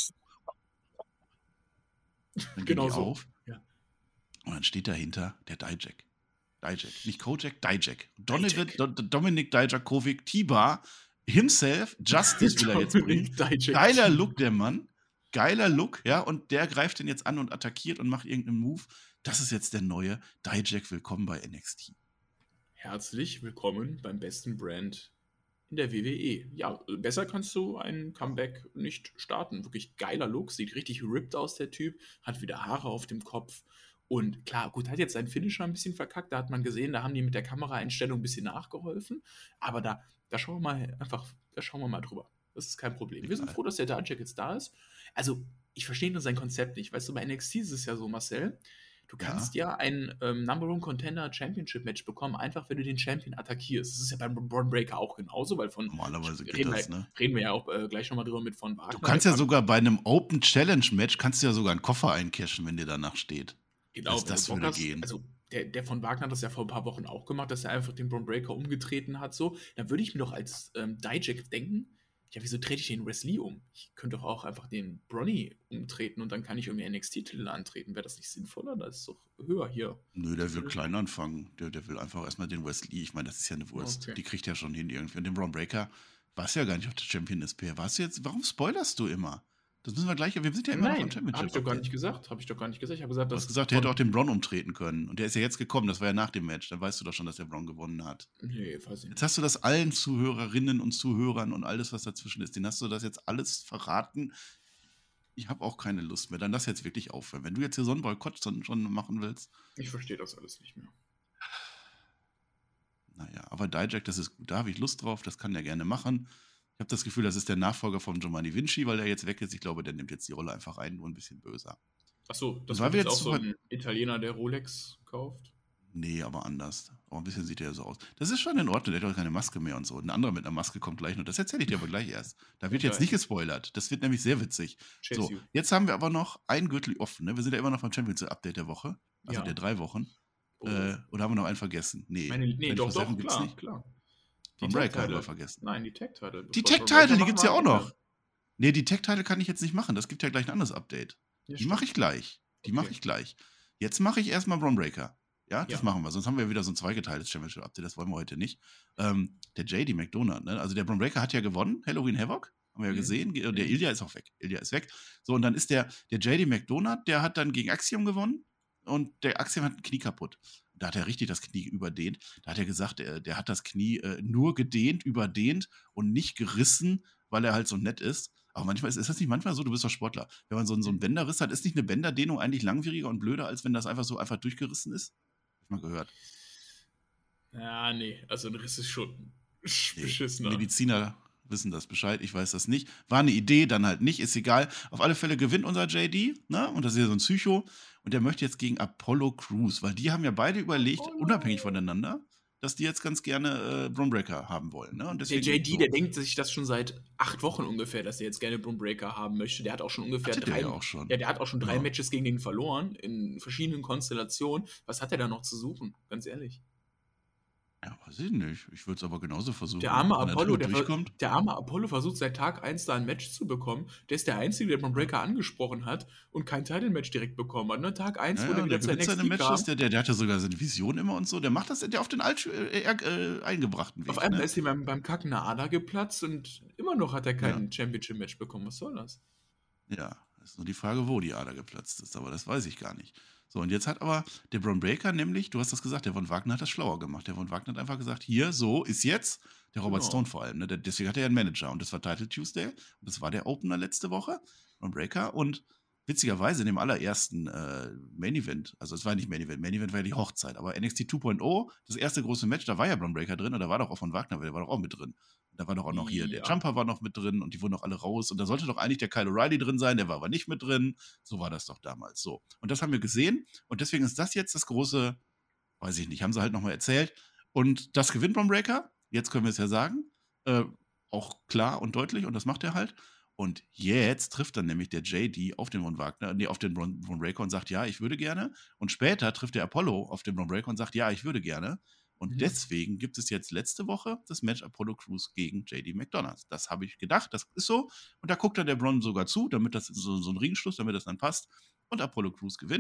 gehen Genau die so. auf. Ja. Und dann steht dahinter der Dijak. Dijak. Nicht Kojak, Dijak. Donovan, Do- Dominik Dijakovic, T-Bar, himself, Justice will er jetzt bringen. Geiler Look, der Mann. Geiler Look, ja. Und der greift den jetzt an und attackiert und macht irgendeinen Move. Das ist jetzt der neue Dijak. Willkommen bei N X T. Herzlich willkommen beim besten Brand in der W W E. Ja, besser kannst du ein Comeback nicht starten. Wirklich geiler Look, sieht richtig ripped aus, der Typ, hat wieder Haare auf dem Kopf. Und klar, gut, hat jetzt seinen Finisher ein bisschen verkackt, da hat man gesehen, da haben die mit der Kameraeinstellung ein bisschen nachgeholfen. Aber da, da schauen wir mal einfach, da schauen wir mal drüber. Das ist kein Problem. Wir sind froh, dass der Dijak jetzt da ist. Also, ich verstehe nur sein Konzept nicht. Weißt du, bei N X T ist es ja so, Marcel, du kannst ja, ja ein ähm, Number One Contender Championship Match bekommen, einfach wenn du den Champion attackierst. Das ist ja beim Braun Breaker auch genauso, weil von normalerweise geht reden, das, wir, ne? reden wir ja auch äh, gleich nochmal drüber mit von Wagner. Du kannst ja sogar bei einem Open Challenge Match kannst du ja sogar einen Koffer eincashen, wenn dir danach steht. Genau, das, das würde hast, gehen. Also der, der von Wagner hat das ja vor ein paar Wochen auch gemacht, dass er einfach den Braun Breaker umgetreten hat. So, dann würde ich mir doch als ähm, Dijak denken, ja, wieso trete ich den Wesley um? Ich könnte doch auch einfach den Bronny umtreten und dann kann ich irgendwie N X T-Titel antreten. Wäre das nicht sinnvoller? Das ist doch höher hier. Nö, der will klein anfangen. Der, der will einfach erstmal den Wesley. Ich meine, das ist ja eine Wurst. Okay. Die kriegt er schon hin irgendwie. Und den Braun Breaker weiß ja gar nicht, ob der Champion ist. Warst du jetzt, warum spoilerst du immer? Das müssen wir gleich, wir sind ja immer Nein, noch im Championship. Hab ich doch gar nicht gesagt. Habe ich doch gar nicht gesagt. Ich habe gesagt, du hast gesagt, er hätte auch den Braun umtreten können. Und der ist ja jetzt gekommen. Das war ja nach dem Match. Dann weißt du doch schon, dass der Braun gewonnen hat. Nee, weiß ich nicht. Jetzt hast du das allen Zuhörerinnen und Zuhörern und alles, was dazwischen ist. Denen hast du das jetzt alles verraten. Ich habe auch keine Lust mehr. Dann lass jetzt wirklich aufhören. Wenn du jetzt hier so einen Boykott schon machen willst. Ich verstehe das alles nicht mehr. Naja, aber Dijak, das ist gut. Da habe ich Lust drauf. Das kann der gerne machen. Ich habe das Gefühl, das ist der Nachfolger von Giovanni Vinci, weil er jetzt weg ist. Ich glaube, der nimmt jetzt die Rolle einfach ein, nur ein bisschen böser. Achso, das war war jetzt auch so ein Italiener, der Rolex kauft? Nee, aber anders. Aber ein bisschen sieht er so aus. Das ist schon in Ordnung, der hat doch keine Maske mehr und so. Ein anderer mit einer Maske kommt gleich noch. Das erzähle ich dir aber gleich erst. Da wird Okay. jetzt nicht gespoilert. Das wird nämlich sehr witzig. Chase So, you. jetzt haben wir aber noch ein Gürtel offen. Ne? Wir sind ja immer noch beim Championship-Update der Woche. Also Ja. der drei Wochen. Oh. Äh, oder haben wir noch einen vergessen? Nee. Meine, nee, Twenty-four doch, seven doch, gibt's klar, nicht. klar. Von Breaker haben wir vergessen. Nein, die Tag-Title. Die Bevor Tag-Title, Breaker die gibt's ja auch machen wir noch. Nee, die Tag-Title kann ich jetzt nicht machen. Das gibt ja gleich ein anderes Update. Ja, Die mache ich gleich. Die Okay. mache ich gleich. Jetzt mache ich erstmal Braun Breaker. Ja, das Ja. machen wir. Sonst haben wir wieder so ein zweigeteiltes Championship-Update. Das wollen wir heute nicht. Ähm, der J D McDonald, ne? Also der Braun Breaker hat ja gewonnen. Halloween Havoc. Haben wir ja Mhm. gesehen. Der Mhm. Ilya ist auch weg. Ilya ist weg. So, und dann ist der, der J D McDonald, der hat dann gegen Axiom gewonnen. Und der Axiom hat ein Knie kaputt. Da hat er richtig das Knie überdehnt. Da hat er gesagt, der, der hat das Knie äh, nur gedehnt, überdehnt und nicht gerissen, weil er halt so nett ist. Aber manchmal ist, ist das nicht manchmal so, du bist doch Sportler. Wenn man so, einen- so einen Bänderriss hat, ist nicht eine Bänderdehnung eigentlich langwieriger und blöder, als wenn das einfach so einfach durchgerissen ist? Hab ich mal gehört. Ja, nee, also ein Riss ist schon Nee, beschissener. Mediziner wissen das Bescheid, ich weiß das nicht. War eine Idee, dann halt nicht, ist egal. Auf alle Fälle gewinnt unser J D, ne? Und das ist ja so ein Psycho. Und der möchte jetzt gegen Apollo Crews, weil die haben ja beide überlegt, Apollo. unabhängig voneinander, dass die jetzt ganz gerne äh, Braun Breaker haben wollen. Ne? Und Der deswegen, J D, so. der denkt sich das schon seit acht Wochen ungefähr, dass er jetzt gerne Braun Breaker haben möchte. Der hat auch schon ungefähr Hatte der drei, ja auch schon. Ja, der hat auch schon drei Ja. Matches gegen den verloren, in verschiedenen Konstellationen. Was hat er da noch zu suchen? Ganz ehrlich. Ja, weiß ich nicht. Ich würde es aber genauso versuchen. Der arme wenn er Apollo, der, ver- durchkommt. der arme Apollo versucht seit Tag eins da ein Match zu bekommen. Der ist der Einzige, der Braun Breaker angesprochen hat und kein Title-Match direkt bekommen hat. Ne? Tag eins, Ja, wo ja, der wieder der zu gewinnt N X seine T kam. Matches, der, der, der hatte sogar seine Vision immer und so. Der macht das der auf den alt, äh, äh, eingebrachten Weg. Auf einmal ne? ist ihm beim, beim Kacken eine Ader geplatzt und immer noch hat er kein Championship-Match bekommen. Was soll das? Ja, ist nur die Frage, wo die Ader geplatzt ist, aber das weiß ich gar nicht. So, und jetzt hat aber der Braun Breaker nämlich, du hast das gesagt, der von Wagner hat das schlauer gemacht. Der von Wagner hat einfach gesagt, hier, so ist jetzt, der Robert Genau. Stone vor allem, ne? der, deswegen hat er ja einen Manager und das war Title Tuesday und das war der Opener letzte Woche, Braun Breaker und witzigerweise in dem allerersten äh, Main Event, also es war nicht Main Event, Main Event war ja die Hochzeit, aber N X T zwei Punkt null, das erste große Match, da war ja Braun Breaker drin und da war doch auch von Wagner, der war doch auch mit drin. Da war doch auch noch hier, der Ja. Jumper war noch mit drin und die wurden doch alle raus und da sollte doch eigentlich der Kyle O'Reilly drin sein, der war aber nicht mit drin. So war das doch damals so. Und das haben wir gesehen und deswegen ist das jetzt das große, weiß ich nicht, haben sie halt nochmal erzählt. Und das gewinnt Braun Breaker, jetzt können wir es ja sagen, äh, auch klar und deutlich und das macht er halt. Und jetzt trifft dann nämlich der J D auf den Von Wagner, nee, auf den Braun Braun Breaker und sagt, ja, ich würde gerne. Und später trifft der Apollo auf den Braun Breaker und sagt, ja, ich würde gerne. Und Mhm. deswegen gibt es jetzt letzte Woche das Match Apollo Crews gegen J D McDonald. Das habe ich gedacht, das ist so. Und da guckt dann der Braun sogar zu, damit das so, so ein Ringschluss, damit das dann passt. Und Apollo Crews gewinnt.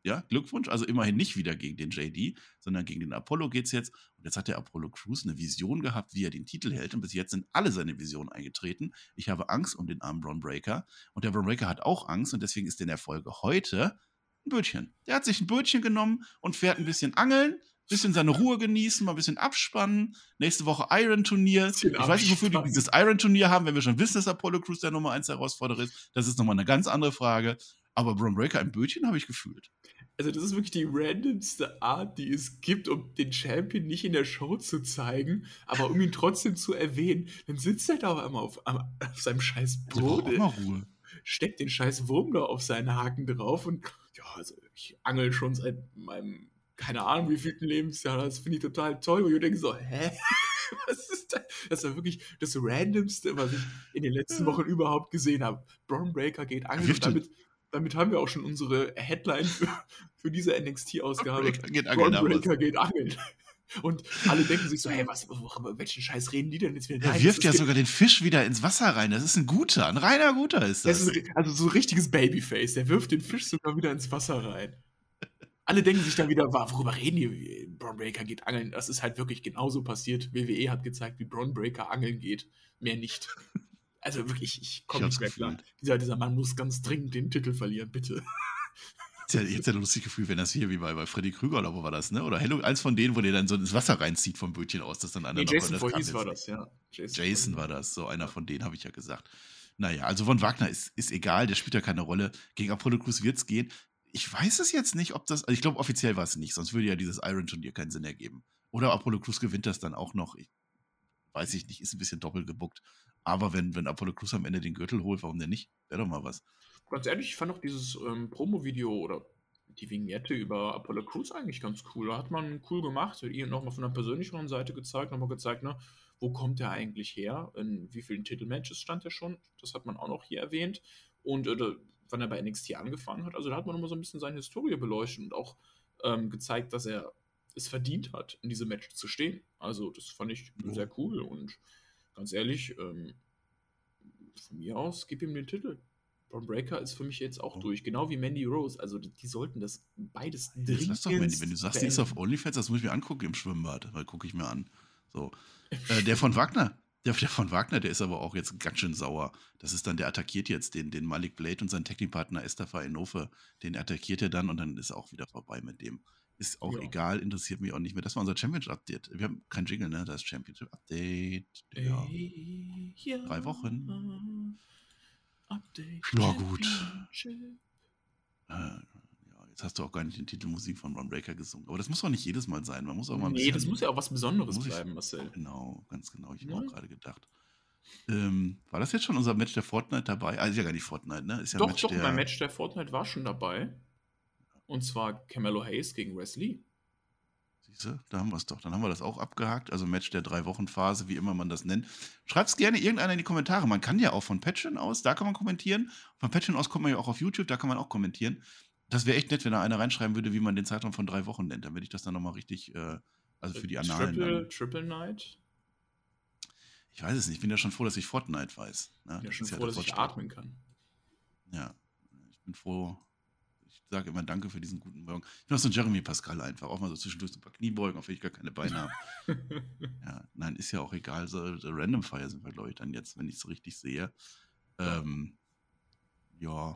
Ja, Glückwunsch. Also immerhin nicht wieder gegen den J D, sondern gegen den Apollo geht's jetzt. Und jetzt hat der Apollo Crews eine Vision gehabt, wie er den Titel hält. Und bis jetzt sind alle seine Visionen eingetreten. Ich habe Angst um den armen Bron Breakker. Und der Bron Breakker hat auch Angst. Und deswegen ist in der Folge heute ein Bötchen. Der hat sich ein Bötchen genommen und fährt ein bisschen angeln, bisschen seine Ruhe genießen, mal ein bisschen abspannen. Nächste Woche Iron-Turnier. Ich weiß nicht, wofür die dieses Iron-Turnier haben, wenn wir schon wissen, dass Apollo Crews der Nummer eins Herausforderer ist. Das ist nochmal eine ganz andere Frage. Aber Bron Breakker im Bötchen habe ich gefühlt. Also das ist wirklich die randomste Art, die es gibt, um den Champion nicht in der Show zu zeigen, aber um ihn trotzdem zu erwähnen. Dann sitzt er da auf einmal auf, auf seinem scheiß Boot, Ruhe. steckt den scheiß Wurm da auf seinen Haken drauf und ja, also ich angel schon seit meinem, keine Ahnung wie vielten Lebensjahr, das finde ich total toll, und ich denke so, hä? Was ist das? Das war wirklich das Randomste, was ich in den letzten Wochen überhaupt gesehen habe. Bron Breakker geht angeln und damit... Damit haben wir auch schon unsere Headline für, für diese N X T-Ausgabe. Bron Breakker geht angeln. Und alle denken sich so, hey, was, welchen Scheiß reden die denn jetzt wieder? Er wirft ja sogar den Fisch wieder ins Wasser rein. Das ist ein guter, ein reiner guter ist das. das ist, also so ein richtiges Babyface. Der wirft den Fisch sogar wieder ins Wasser rein. Alle denken sich dann wieder, worüber reden die? Bron Breakker geht angeln. Das ist halt wirklich genauso passiert. W W E hat gezeigt, wie Bron Breakker angeln geht. Mehr nicht. Also wirklich, ich komme nicht mehr klar. Dieser, dieser Mann muss ganz dringend den Titel verlieren, bitte. Ich hätte ja ein lustiges Gefühl, wenn das hier wie bei, bei Freddy Krüger oder wo war das, ne? Oder Hello, eins von denen, wo der dann so ins Wasser reinzieht vom Bötchen aus, das dann einer nee, noch Jason das Voorhees war das, ja. Jason, Jason war das, so einer von denen, habe ich ja gesagt. Naja, also von Wagner ist, ist egal, der spielt ja keine Rolle. Gegen Apollo Crews wird es gehen. Ich weiß es jetzt nicht, ob das, also ich glaube, offiziell war es nicht, sonst würde ja dieses Iron-Turnier keinen Sinn ergeben. Oder Apollo Crews gewinnt das dann auch noch. Ich, weiß ich nicht, ist ein bisschen doppelt gebuckt. Aber wenn, wenn Apollo Crews am Ende den Gürtel holt, warum denn nicht? Wäre doch mal was. Ganz ehrlich, ich fand auch dieses ähm, Promo-Video oder die Vignette über Apollo Crews eigentlich ganz cool. Da hat man cool gemacht, ihn nochmal von der persönlicheren Seite gezeigt, nochmal gezeigt, ne, wo kommt er eigentlich her, in wie vielen Titelmatches stand er schon, das hat man auch noch hier erwähnt. Und äh, wann er bei N X T angefangen hat, also da hat man nochmal so ein bisschen seine Historie beleuchtet und auch ähm, gezeigt, dass er es verdient hat, in diese Matches zu stehen. Also das fand ich oh. sehr cool und ganz ehrlich, ähm, von mir aus, gib ihm den Titel. Bron Breakker ist für mich jetzt auch oh. durch, genau wie Mandy Rose. Also die, die sollten das beides dringend. Lass doch, Mandy, wenn du sagst, die ist auf OnlyFans, das muss ich mir angucken im Schwimmbad, weil gucke ich mir an. So. Äh, der von Wagner, der, der von Wagner, der ist aber auch jetzt ganz schön sauer. Das ist dann, der attackiert jetzt den, den Malik Blade und seinen Technikpartner Estafa Enofe. Den attackiert er dann und dann ist auch wieder vorbei mit dem. Ist auch ja. egal, interessiert mich auch nicht mehr. Das war unser Championship-Update. Wir haben kein Jingle, ne? Das Championship-Update. Ja. Ey, ja. Drei Wochen. Update. Ja, gut. Äh, ja, jetzt hast du auch gar nicht den Titel Musik von Bron Breakker gesungen. Aber das muss auch nicht jedes Mal sein. Man muss auch mal ein nee, bisschen, das muss ja auch was Besonderes ich, bleiben, Marcel. Genau, ganz genau. Ich habe ja. auch gerade gedacht. Ähm, war das jetzt schon unser Match der Fortnite dabei? Ah, ist ja gar nicht Fortnite, ne? Ist ja doch, Match doch, der... mein Match der Fortnite war schon dabei. Und zwar Carmelo Hayes gegen Wes Lee. Siehste, da haben wir es doch. Dann haben wir das auch abgehakt. Also Match der Drei-Wochen-Phase, wie immer man das nennt. Schreibt es gerne irgendeiner in die Kommentare. Man kann ja auch von Patreon aus, da kann man kommentieren. Von Patreon aus kommt man ja auch auf YouTube, da kann man auch kommentieren. Das wäre echt nett, wenn da einer reinschreiben würde, wie man den Zeitraum von drei Wochen nennt. Dann würde ich das dann nochmal richtig, äh, also für die Annalen. Triple, Triple Night? Ich weiß es nicht. Ich bin ja schon froh, dass ich Fortnite weiß. Ne? Ich bin ja schon ja froh, dass ich atmen kann. Ja, ich bin froh. Ich sage immer Danke für diesen guten Morgen. Ich bin auch so ein Jeremy Pascal einfach. Auch mal so zwischendurch so ein paar Kniebeugen, auf die ich gar keine Beine habe. Ja, nein, ist ja auch egal. So, so Random Fire sind wir, glaube ich, dann jetzt, wenn ich es so richtig sehe. Ähm, ja.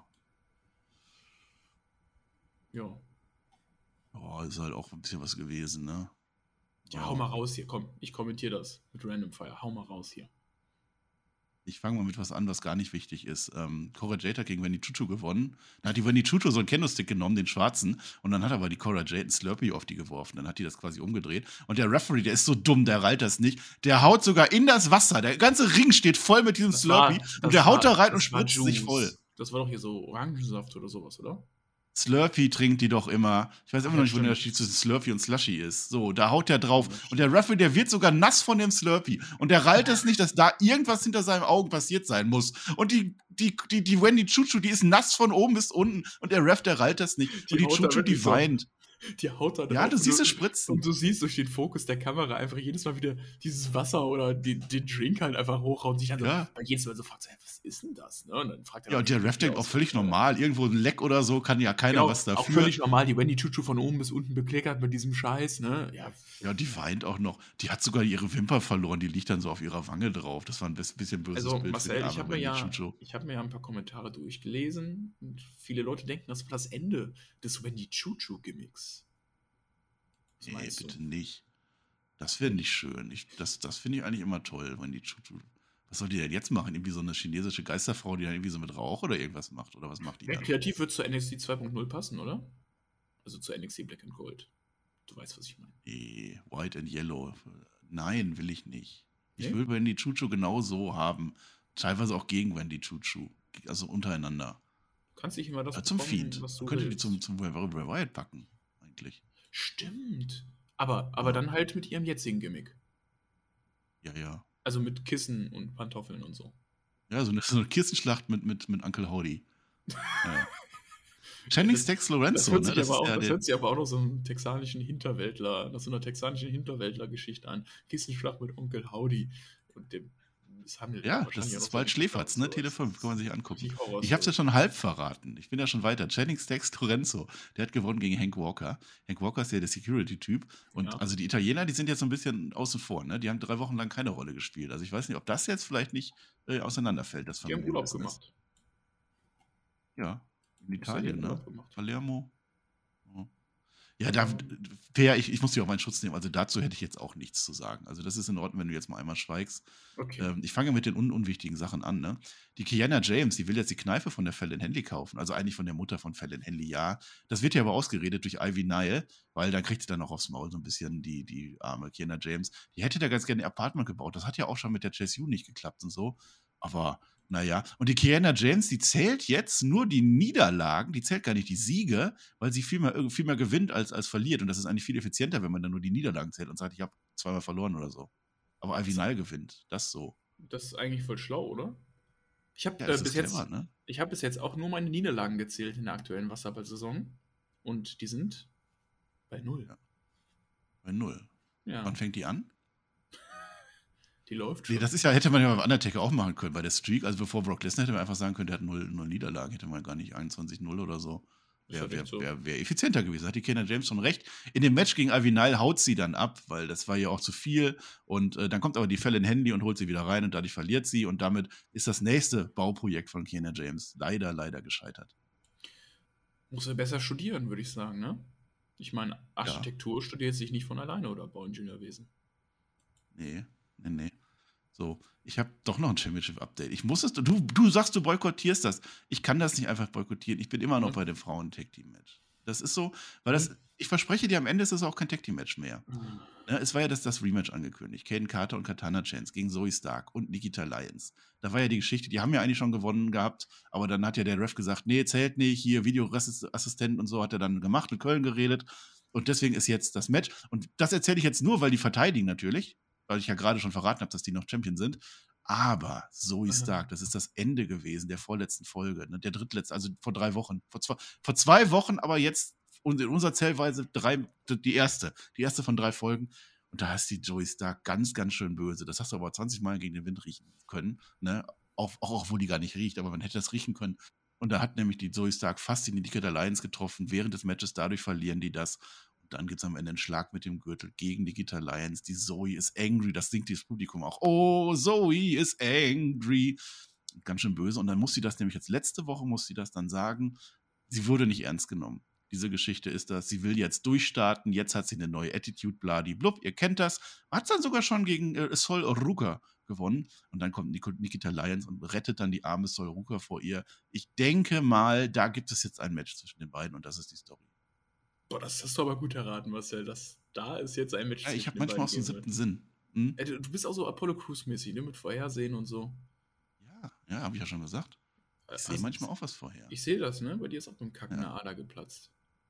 Ja. Oh, ist halt auch ein bisschen was gewesen, ne? Ja, ja. Hau mal raus hier, komm. Ich kommentiere das mit Random Fire. Hau mal raus hier. Ich fange mal mit was an, was gar nicht wichtig ist. Ähm, Cora Jade hat gegen Wendy Chuchu gewonnen. Dann hat die Wendy Chuchu so einen Kendo-Stick genommen, den schwarzen, und dann hat aber die Cora Jade einen Slurpee auf die geworfen. Dann hat die das quasi umgedreht. Und der Referee, der ist so dumm, der reilt das nicht. Der haut sogar in das Wasser. Der ganze Ring steht voll mit diesem das Slurpee. War, und der haut war, da rein und spritzt sich voll. Das war doch hier so Orangensaft oder sowas, oder? Slurpee trinkt die doch immer. Ich weiß immer ja, noch nicht, wo der Unterschied zwischen Slurpee und Slushy ist. So, da haut der drauf. Ja, und der Referee, der wird sogar nass von dem Slurpee. Und der rallt es nicht, dass da irgendwas hinter seinen Augen passiert sein muss. Und die, die, die, die Wendy Chuchu, die ist nass von oben bis unten. Und der Ref, der rallt das nicht. Die und die Chuchu, die weint. Die haut da Ja, drauf du und siehst du, es spritzen. und du siehst durch den Fokus der Kamera einfach jedes Mal wieder dieses Wasser oder den, den Drink halt einfach hochhauen und sich dann so, Ja. bei jedes Mal so fragt, hey, was ist denn das? Ne? Und dann fragt er Ja, dann und der die Ref denkt aus. auch völlig normal. Irgendwo ein Leck oder so, kann ja keiner Genau, was auch dafür. völlig normal, die Wendy Chuchu von oben bis unten bekleckert mit diesem Scheiß, ne? Ja, Ja, die weint auch noch. Die hat sogar ihre Wimper verloren, die liegt dann so auf ihrer Wange drauf. Das war ein bisschen böses also Bild Marcel, für ich die habe arme mir, ja, Wendy Chuchu. ich hab mir ja ein paar Kommentare durchgelesen und viele Leute denken, das war das Ende des Wendy Chuchu-Gimmicks. Was Nee, meinst du? bitte nicht. Das wäre nicht schön. Ich, das das finde ich eigentlich immer toll, wenn die Chuchu. Was soll die denn jetzt machen? Irgendwie so eine chinesische Geisterfrau, die dann irgendwie so mit Rauch oder irgendwas macht? Oder was macht die Ja, dann? kreativ wird zu N X T zwei Punkt null passen, oder? Also zu N X T Black and Gold. Du weißt, was ich meine. Nee, White and Yellow. Nein, will ich nicht. Ich Nee? will Wendy Chuchu genau so haben. Teilweise auch gegen Wendy Chuchu. Also untereinander. Du kannst dich immer das Ja, zum bekommen, Feed. was du Man könnte die willst. zum, zum Bray Wyatt packen, eigentlich. Stimmt. Aber, aber dann halt mit ihrem jetzigen Gimmick. Ja, ja. Also mit Kissen und Pantoffeln und so. Ja, so eine, so eine Kirstenschlacht mit, mit, mit Uncle Howdy. Ja. Channing Stax Das Lorenzo, hört, ne? sich Das aber ist auch, ja das der, hört sich aber auch noch so einem texanischen Hinterwäldler, nach so einer texanischen Hinterwäldler-Geschichte an. Kissenschlacht mit Onkel Howdy und dem misshandelt ja, das wahrscheinlich auch ist noch bald seine Schläferz, Kinder ne? und Tele sowas. fünf, kann man sich angucken. Richtig Horror- Ich hab's ja schon halb verraten. Ich bin ja schon weiter. Channing Stax Lorenzo, der hat gewonnen gegen Hank Walker. Hank Walker ist ja der Security-Typ. Und Ja. also die Italiener, die sind jetzt so ein bisschen außen vor, ne? Die haben drei Wochen lang keine Rolle gespielt. Also ich weiß nicht, ob das jetzt vielleicht nicht äh, auseinanderfällt, das Die haben Urlaub Familienbusiness. gemacht. Ja, in Muss ja Italien, jeder ne? Urlaub gemacht. Palermo. Ja. Ja, da, fair, ich, ich muss dir auch meinen Schutz nehmen. Also dazu hätte ich jetzt auch nichts zu sagen. Also das ist in Ordnung, wenn du jetzt mal einmal schweigst. Okay. Ähm, ich fange mit den un unwichtigen Sachen an. Ne? Die Kiana James, die will jetzt die Kneife von der Fallon Henley kaufen. Also eigentlich von der Mutter von Fallon Henley, ja. Das wird ja aber ausgeredet durch Ivy Nile, weil dann kriegt sie dann auch aufs Maul so ein bisschen die, die arme Kiana James. Die hätte da ganz gerne ein Apartment gebaut. Das hat ja auch schon mit der Chase U nicht geklappt und so. Aber naja, und die Kiana James, die zählt jetzt nur die Niederlagen, die zählt gar nicht die Siege, weil sie viel mehr, viel mehr gewinnt als, als verliert. Und das ist eigentlich viel effizienter, wenn man dann nur die Niederlagen zählt und sagt, ich habe zweimal verloren oder so. Aber Ivy Nile gewinnt, das so. Das ist eigentlich voll schlau, oder? Ich habe Ja, äh, das bis ist jetzt, clever, ne? ich habe bis jetzt auch nur meine Niederlagen gezählt in der aktuellen Wasserball-Saison. Und die sind bei null. Ja. Bei null. Ja, Wann fängt die an? die läuft Nee, schon. das ist ja, hätte man ja beim Undertaker auch machen können, bei der Streak. Also bevor Brock Lesnar hätte man einfach sagen können, der hat null, null Niederlagen, hätte man gar nicht einundzwanzig null oder so. Ist Wäre halt wär, nicht so. wär, wär effizienter gewesen. Hat die Kiana James schon recht. In dem Match gegen Ivy Nile haut sie dann ab, weil das war ja auch zu viel. Und äh, dann kommt aber die Fallon Henley und holt sie wieder rein und dadurch verliert sie. Und damit ist das nächste Bauprojekt von Kiana James leider, leider gescheitert. Muss er besser studieren, würde ich sagen, ne? Ich meine, Architektur studiert sich nicht von alleine oder Bauingenieurwesen. Nee, nee, nee. So, ich habe doch noch ein Championship-Update. Ich muss es, du, du sagst, du boykottierst das. Ich kann das nicht einfach boykottieren. Ich bin immer noch Mhm. bei dem Frauen-Tag-Team-Match. Das ist so, weil das, ich verspreche dir, am Ende ist es auch kein Tag-Team-Match mehr. Ne, es war ja das, das Rematch angekündigt. Kaden Carter und Katana Chance gegen Zoe Stark und Nikita Lyons. Da war ja die Geschichte, die haben ja eigentlich schon gewonnen gehabt, aber dann hat ja der Ref gesagt, nee, zählt nicht, hier Videoassistent und so hat er dann gemacht, in Köln geredet. Und deswegen ist jetzt das Match. Und das erzähle ich jetzt nur, weil die verteidigen natürlich, weil ich ja gerade schon verraten habe, dass die noch Champion sind. Aber Zoe Stark, das ist das Ende gewesen der vorletzten Folge, ne, der drittletzte, also vor drei Wochen. Vor zwei, vor zwei Wochen, aber jetzt und in unserer Zählweise drei, die erste. Die erste von drei Folgen. Und da ist die Zoe Stark ganz, ganz schön böse. Das hast du aber zwanzig Mal gegen den Wind riechen können. Ne? Auch, auch obwohl die gar nicht riecht, aber man hätte das riechen können. Und da hat nämlich die Zoe Stark fast die Nikita Lyons getroffen während des Matches. Dadurch verlieren die das. Und dann gibt es am Ende einen Schlag mit dem Gürtel gegen Nikita Lyons. Die Zoe ist angry. Das singt dieses Publikum auch. Oh, Zoe is angry. Ganz schön böse. Und dann muss sie das nämlich jetzt letzte Woche, muss sie das dann sagen, sie wurde nicht ernst genommen. Diese Geschichte ist das, sie will jetzt durchstarten, jetzt hat sie eine neue Attitude, bladiblub, ihr kennt das. Hat dann sogar schon gegen äh, Sol Ruka gewonnen. Und dann kommt Nik Nikita Lyons und rettet dann die arme Sol Ruka vor ihr. Ich denke mal, da gibt es jetzt ein Match zwischen den beiden und das ist die Story. Boah, das hast du aber gut erraten, Marcel. Das, da ist jetzt ein Match. Ja, ich zwischen habe den manchmal auch beiden so einen geben siebten wird. Sinn. Hm? Ey, du du bist auch so Apollo Crews-mäßig, ne? Mit Vorhersehen und so. Ja, ja, habe ich ja schon gesagt. Ich sehe Also, manchmal auch was vorher. Ich sehe das, ne? Bei dir ist auch beim Kacken Ja. eine Ader geplatzt.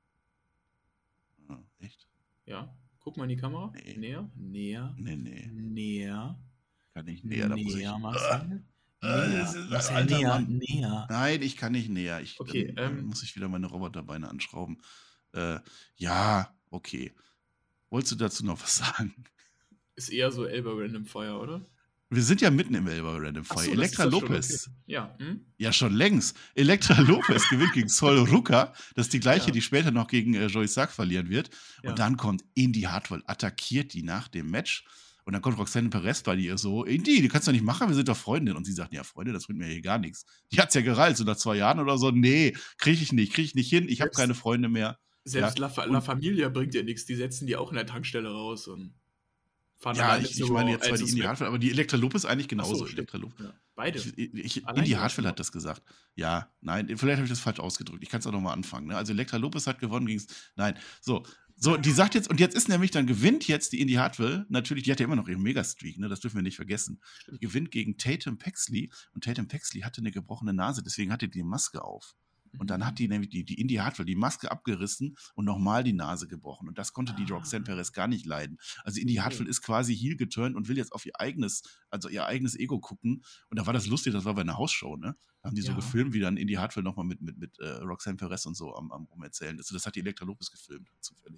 Ja, echt? Ja? Guck mal in die Kamera. Nee. Näher. Näher. Nee, nee, Näher. kann ich näher. Da muss ich, Näher, Marcel. Äh, Näher. das ist- Marcel, Alter, näher. Mann. Näher. Nein, ich kann nicht näher. Ich, Okay, dann, ähm, muss ich wieder meine Roboterbeine anschrauben. Äh, ja, okay. Wolltest du dazu noch was sagen? Ist eher so Elba Random Fire, oder? Wir sind ja mitten im Elba Random Ach Fire. so, das ist Elektra das schon, Lopez. okay. Ja, hm? Ja, schon längst. Elektra Lopez gewinnt gegen Sol Ruka. Das ist die gleiche, Ja. die später noch gegen äh, Joey Stark verlieren wird. Ja. Und dann kommt Indy Hartwell, attackiert die nach dem Match. Und dann kommt Roxanne Perez bei ihr so: Indy, du kannst doch nicht machen, wir sind doch Freundinnen. Und sie sagt: Ja, Freunde, das bringt mir hier gar nichts. Die hat's ja gereilt, so nach zwei Jahren oder so. Nee, krieg ich nicht, krieg ich nicht hin. Ich habe Selbst- keine Freunde mehr. Selbst Ja, La, Fa- und- La Familia bringt ja nichts. Die setzen die auch in der Tankstelle raus und fahren Ja, alleine ich, zu ich meine Raw, jetzt zwar als die es Indy mit- Hartwell, aber die Elektra Lopez eigentlich Ach genauso. so, stimmt. Elektra Lopez. Ja, beide. Ich, ich, Allein Indy ja Hartwell schon. hat das gesagt. Ja, nein, vielleicht habe ich das falsch ausgedrückt. Ich kann es auch nochmal anfangen. Ne? Also Elektra Lopez hat gewonnen gegen. Nein, so. So, die sagt jetzt, und jetzt ist nämlich, dann gewinnt jetzt die Indy Hartwell, natürlich, die hat ja immer noch ihren Megastreak, ne? Das dürfen wir nicht vergessen. Die gewinnt gegen Tatum Paxley und Tatum Paxley hatte eine gebrochene Nase, deswegen hatte die eine Maske auf. Und dann hat die nämlich die, die Indy Hartwell die Maske abgerissen und nochmal die Nase gebrochen. Und das konnte die Ah. Roxanne Perez gar nicht leiden. Also Indy Hartwell ist quasi heel geturnt und will jetzt auf ihr eigenes, also ihr eigenes Ego gucken. Und da war das lustig, das war bei einer Hausshow, ne? Da haben die so Ja. gefilmt, wie dann Indy Hartwell nochmal mit, mit, mit äh, Roxanne Perez und so am, am rumerzählen ist. Das hat die Elektra Lopez gefilmt, zufällig.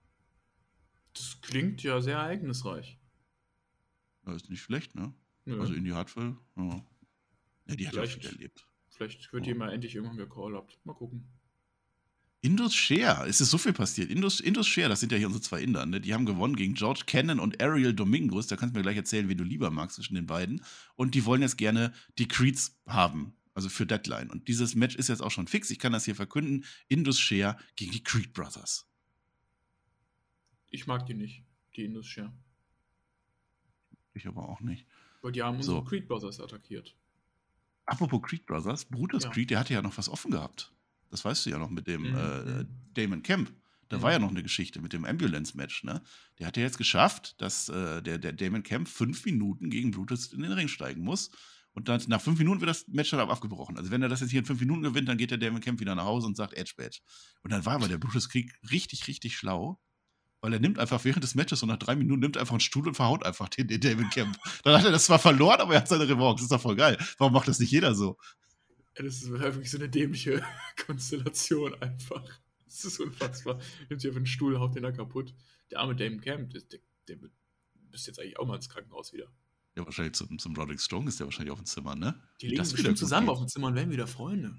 Das klingt ja sehr ereignisreich. Das ist nicht schlecht, ne? Nö. Also Indy Hartwell, ja. Ja, die hat ja Vielleicht- viel erlebt. Vielleicht wird Ja. die mal endlich irgendwann gecall-upt. Mal gucken. Indus Share, es ist so viel passiert. Indus, Indus Share, das sind ja hier unsere zwei Inder, ne? Die haben gewonnen gegen George Cannon und Ariel Domingos. Da kannst du mir gleich erzählen, wen du lieber magst zwischen den beiden. Und die wollen jetzt gerne die Creeds haben, also für Deadline. Und dieses Match ist jetzt auch schon fix. Ich kann das hier verkünden. Indus Share gegen die Creed Brothers. Ich mag die nicht, die Indus Share. Ich aber auch nicht. Weil die haben So. unsere Creed Brothers attackiert. Apropos Creed Brothers, Brutus Ja. Creed, der hatte ja noch was offen gehabt. Das weißt du ja noch mit dem Mhm. äh, Damon Kemp. Da Mhm. war ja noch eine Geschichte mit dem Ambulance-Match, ne? Der hat ja jetzt geschafft, dass äh, der, der Damon Kemp fünf Minuten gegen Brutus in den Ring steigen muss. Und dann nach fünf Minuten wird das Match dann ab- abgebrochen. Also wenn er das jetzt hier in fünf Minuten gewinnt, dann geht der Damon Kemp wieder nach Hause und sagt Edge Badge. Und dann war aber der Brutus Creed richtig, richtig schlau, weil er nimmt einfach während des Matches, so nach drei Minuten, nimmt einfach einen Stuhl und verhaut einfach den, den Damon Kemp. Dann hat er das zwar verloren, aber er hat seine Revanche. Das ist doch voll geil. Warum macht das nicht jeder so? Ja, das ist wirklich so eine dämliche Konstellation einfach. Das ist unfassbar. Nimmt sich auf den Stuhl, haut den da kaputt. Der arme Damon Camp, der, der, der müsste jetzt eigentlich auch mal ins Krankenhaus wieder. Ja, wahrscheinlich zum, zum Roderick Strong ist der wahrscheinlich auf dem Zimmer, ne? Die legen Das sich wieder bestimmt gut zusammen geht. auf dem Zimmer und werden wieder Freunde.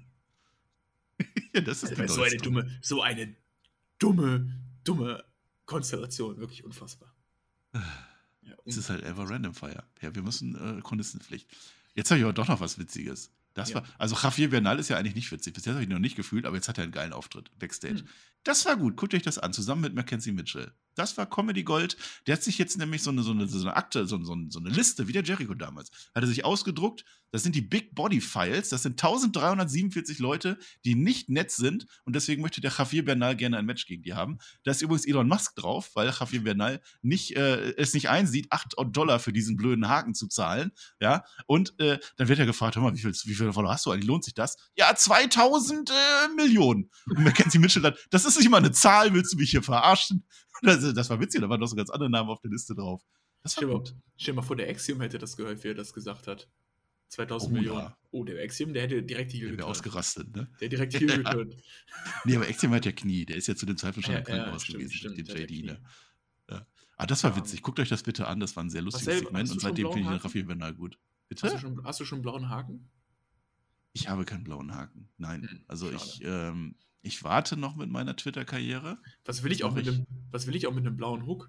Ja, das ist Also, die so neue eine Story. dumme, so eine dumme, dumme Konstellation. Wirklich unfassbar. Ja, Es ist halt ever Random Fire. Ja, wir müssen äh, Chronistenpflicht. Jetzt habe ich aber doch noch was Witziges. Das Ja. war, also Javier Bernal ist ja eigentlich nicht witzig. Bis jetzt habe ich ihn noch nicht gefühlt, aber jetzt hat er einen geilen Auftritt backstage. Hm. Das war gut. Guckt euch das an, zusammen mit Mackenzie Mitchell. Das war Comedy Gold. Der hat sich jetzt nämlich so eine, so eine, so eine Akte, so, so, so eine Liste, wie der Jericho damals, hat er sich ausgedruckt. Das sind die Big Body Files. Das sind dreizehnhundertsiebenundvierzig Leute, die nicht nett sind. Und deswegen möchte der Javier Bernal gerne ein Match gegen die haben. Da ist übrigens Elon Musk drauf, weil Javier Bernal nicht, äh, es nicht einsieht, acht Dollar für diesen blöden Haken zu zahlen. Ja, und äh, dann wird er gefragt, hör mal, wie viel, wie viel Follower hast du eigentlich? Lohnt sich das? Ja, zweitausend äh, Millionen. Und Mackenzie Mitchell dann, das ist nicht mal eine Zahl, willst du mich hier verarschen? Das, das war witzig, da waren noch so ganz andere Namen auf der Liste drauf. Das war Stell mal, gut. stell mal vor, der Axiom hätte das gehört, wie er das gesagt hat. zweitausend Oh, Millionen. ja. Oh, der Axiom, der hätte direkt hier Der wäre geturnt. ausgerastet, ne? Der direkt hier geturnt. Nee, aber Axiom hat ja Knie. Der ist ja zu dem Zeitpunkt schon Ja, im Krankenhaus ja, stimmt, gewesen, stimmt, den der hat J D, ja ne? Knie. Ja. Ah, das war Ja. witzig. Guckt euch das bitte an, das war ein sehr lustiges Marcel, Segment hast und du schon seitdem finde ich den blauen Raffi Bernal gut. Bitte? Hast du, schon, hast du schon einen blauen Haken? Ich habe keinen blauen Haken. Nein. Hm, also schade. ich, ähm, ich warte noch mit meiner Twitter-Karriere. Was will ich Das auch mach mit ich. einem, was will ich auch mit einem blauen Hook?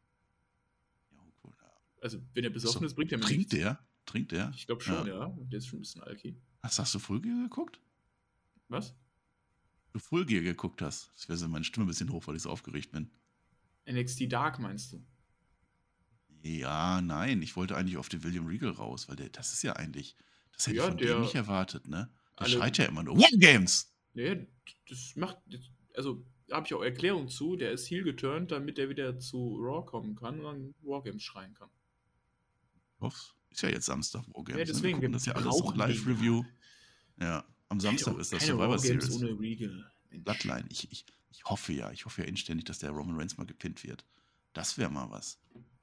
Ja, cool, ja. Also, wenn er besoffen So, ist, bringt er mir Trinkt nichts. der? Trinkt der? Ich glaube schon, Ja. ja. Und der ist schon ein bisschen alki. Hast, hast du Fullgear geguckt? Was? Du Fullgear geguckt hast. Das wäre so meine Stimme ein bisschen hoch, weil ich so aufgeregt bin. N X T Dark meinst du? Ja, nein, ich wollte eigentlich auf den William Regal raus, weil der, das ist ja eigentlich, das hätte Ja, ich von der- dem nicht erwartet, ne? Der alle- schreit ja immer nur, One Games! Nee, das macht. Also, da habe ich auch Erklärung zu. Der ist heel geturnt, damit er wieder zu Raw kommen kann und dann Wargames schreien kann. Ups, ist ja jetzt Samstag Wargames. Ja, ne? deswegen, Wir gucken wir das ja alles brauchen im Live-Review. Ja, am Samstag Keine- ist das keine Survivor Wargames Series. ohne Regal. Mensch. Bloodline. Ich, ich, ich hoffe ja, ich hoffe ja inständig, dass der Roman Reigns mal gepinnt wird. Das wäre mal was.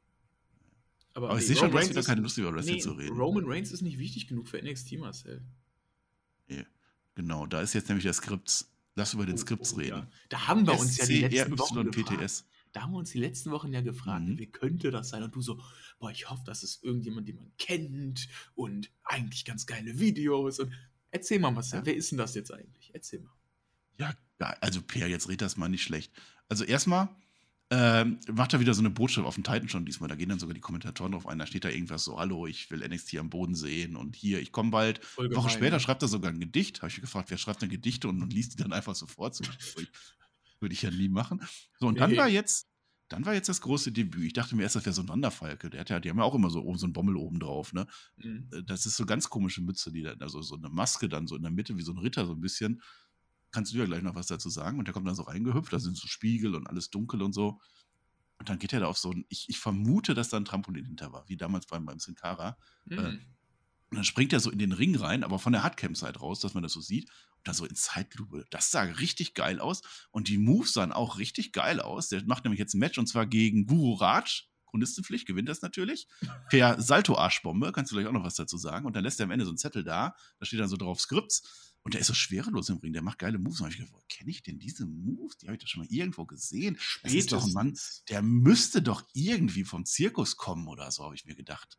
Aber ich nee, sehe schon, Roman du hast Reigns wieder ist- keine Lust, über Wrestling nee, zu reden. Roman Reigns ist nicht wichtig genug für N X T, Marcel. Nee. Genau, da ist jetzt nämlich der Skript Lass über den Oh, Skripts oh, reden. ja. Da haben wir uns ja die letzten Wochen gefragt. S-C-R-Y-P-T-S. Da haben wir uns die letzten Wochen ja gefragt, Mhm. wie könnte das sein? Und du so, boah, ich hoffe, das ist irgendjemand, den man kennt und eigentlich ganz geile Videos. Und erzähl mal, Marcel, Ja. wer ist denn das jetzt eigentlich? Erzähl mal. Ja, ja, also Per, jetzt red das mal nicht schlecht. Also erstmal ähm, macht er wieder so eine Botschaft auf dem Titan schon diesmal. Da gehen dann sogar die Kommentatoren drauf ein. Da steht da irgendwas so, hallo, ich will N X T am Boden sehen und hier, ich komme bald. Voll Eine Woche gemein, später ne? schreibt er sogar ein Gedicht. Habe ich mich gefragt, wer schreibt denn Gedichte und, und liest die dann einfach sofort so. Würde ich ja nie machen. So, und dann Nee. war jetzt, dann war jetzt das große Debüt. Ich dachte mir erst, das wäre so ein Wanderfalke. Der hat ja, die haben ja auch immer so oben so einen Bommel oben drauf, ne? Mhm. Das ist so ganz komische Mütze, die dann, also so eine Maske dann so in der Mitte, wie so ein Ritter, so ein bisschen. Kannst du ja gleich noch was dazu sagen? Und der kommt dann so reingehüpft, da sind so Spiegel und alles dunkel und so. Und dann geht er da auf so ein, ich, ich vermute, dass da ein Trampolin hinter war, wie damals beim, beim Sin Cara. Mhm. Äh, Und dann springt er so in den Ring rein, aber von der Hardcam-Side raus, dass man das so sieht. Und dann so in Zeitlupe. Das sah richtig geil aus. Und die Moves sahen auch richtig geil aus. Der macht nämlich jetzt ein Match und zwar gegen Guru Raj. Chronistenpflicht, gewinnt das natürlich. Per Salto-Arschbombe, kannst du gleich auch noch was dazu sagen. Und dann lässt er am Ende so einen Zettel da. Da steht dann so drauf Skripts. Und der ist so schwerelos im Ring. Der macht geile Moves. Und da hab ich gedacht, wo kenne ich denn diese Moves? Die habe ich doch schon mal irgendwo gesehen. Das ist doch ein Mann, Spätestens, der müsste doch irgendwie vom Zirkus kommen oder so, habe ich mir gedacht.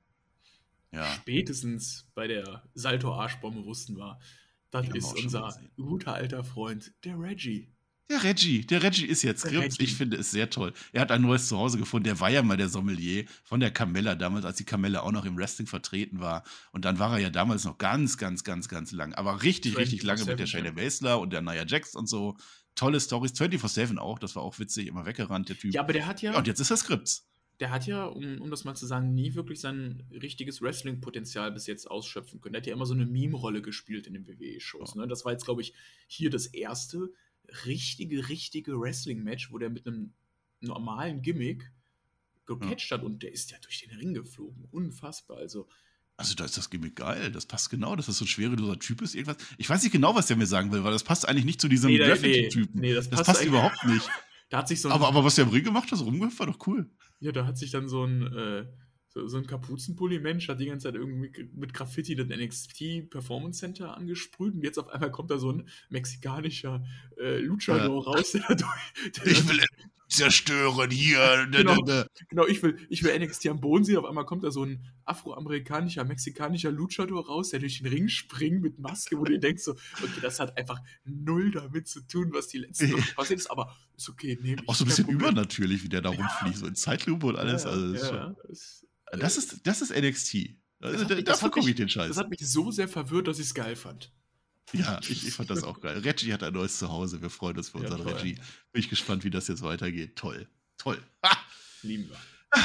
Ja. spätestens bei der Salto-Arschbombe wussten wir, das Die haben wir ist auch schon unser gesehen. guter alter Freund, der Reggie. Der Reggie, der Reggie ist jetzt Der Skripts. Reggie. Ich finde es sehr toll. Er hat ein neues Zuhause gefunden. Der war ja mal der Sommelier von der Carmella damals, als die Carmella auch noch im Wrestling vertreten war. Und dann war er ja damals noch ganz, ganz, ganz, ganz lang. Aber richtig, richtig lange mit der Shayna Baszler und der Nia Jax und so. Tolle Storys. vierundzwanzig sieben auch, das war auch witzig. Immer weggerannt, der Typ. Ja, aber der hat ja, Ja, und jetzt ist er Skripts. der hat ja, um, um das mal zu sagen, nie wirklich sein richtiges Wrestling-Potenzial bis jetzt ausschöpfen können. Der hat ja immer so eine Meme-Rolle gespielt in den W W E-Shows. Ja. Ne? Das war jetzt, glaube ich, hier das erste richtige, richtige Wrestling-Match, wo der mit einem normalen Gimmick gecatcht hat und der ist ja durch den Ring geflogen. Unfassbar. Also, Also da ist das Gimmick geil. Das passt genau, dass das so ein schwereloser Typ ist. Irgendwas. Ich weiß nicht genau, was der mir sagen will, weil das passt eigentlich nicht zu diesem Nee, da- Graffiti-Typen. nee, nee, das das passt passt eigentlich- überhaupt nicht. da hat sich so ein, Aber, aber was der im Ring gemacht hat, so rumgehüpft, war doch cool. ja, da hat sich dann so ein, äh, so, so ein Kapuzenpulli-Mensch, hat die ganze Zeit irgendwie mit Graffiti das N X T Performance Center angesprüht und jetzt auf einmal kommt da so ein mexikanischer äh, Luchador raus, der da durch, der Ich will zerstören hier. Genau. Genau, ich will, ich will N X T am Boden sehen. Auf einmal kommt da so ein afroamerikanischer, mexikanischer Luchador raus, der durch den Ring springt mit Maske, wo du dir denkst, so, okay, das hat einfach null damit zu tun, was die letzten Wochen passiert ist, aber ist okay, nehme ich. Auch so ein kein bisschen Problem. übernatürlich, wie der da rumfliegt, so in Zeitlupe und alles. Ja, also das, ist ja, schon, ja, das, das, ist, das ist N X T. Das Also, hat da- mich- das dafür hat gucke mich- ich den Scheiß. das hat mich so sehr verwirrt, dass ich es geil fand. Ja, ich, ich fand das auch geil. Reggie hat ein neues Zuhause. Wir freuen uns für Ja, unseren toll. Reggie. Bin ich gespannt, wie das jetzt weitergeht. Toll. Toll. Ah! Lieben wir.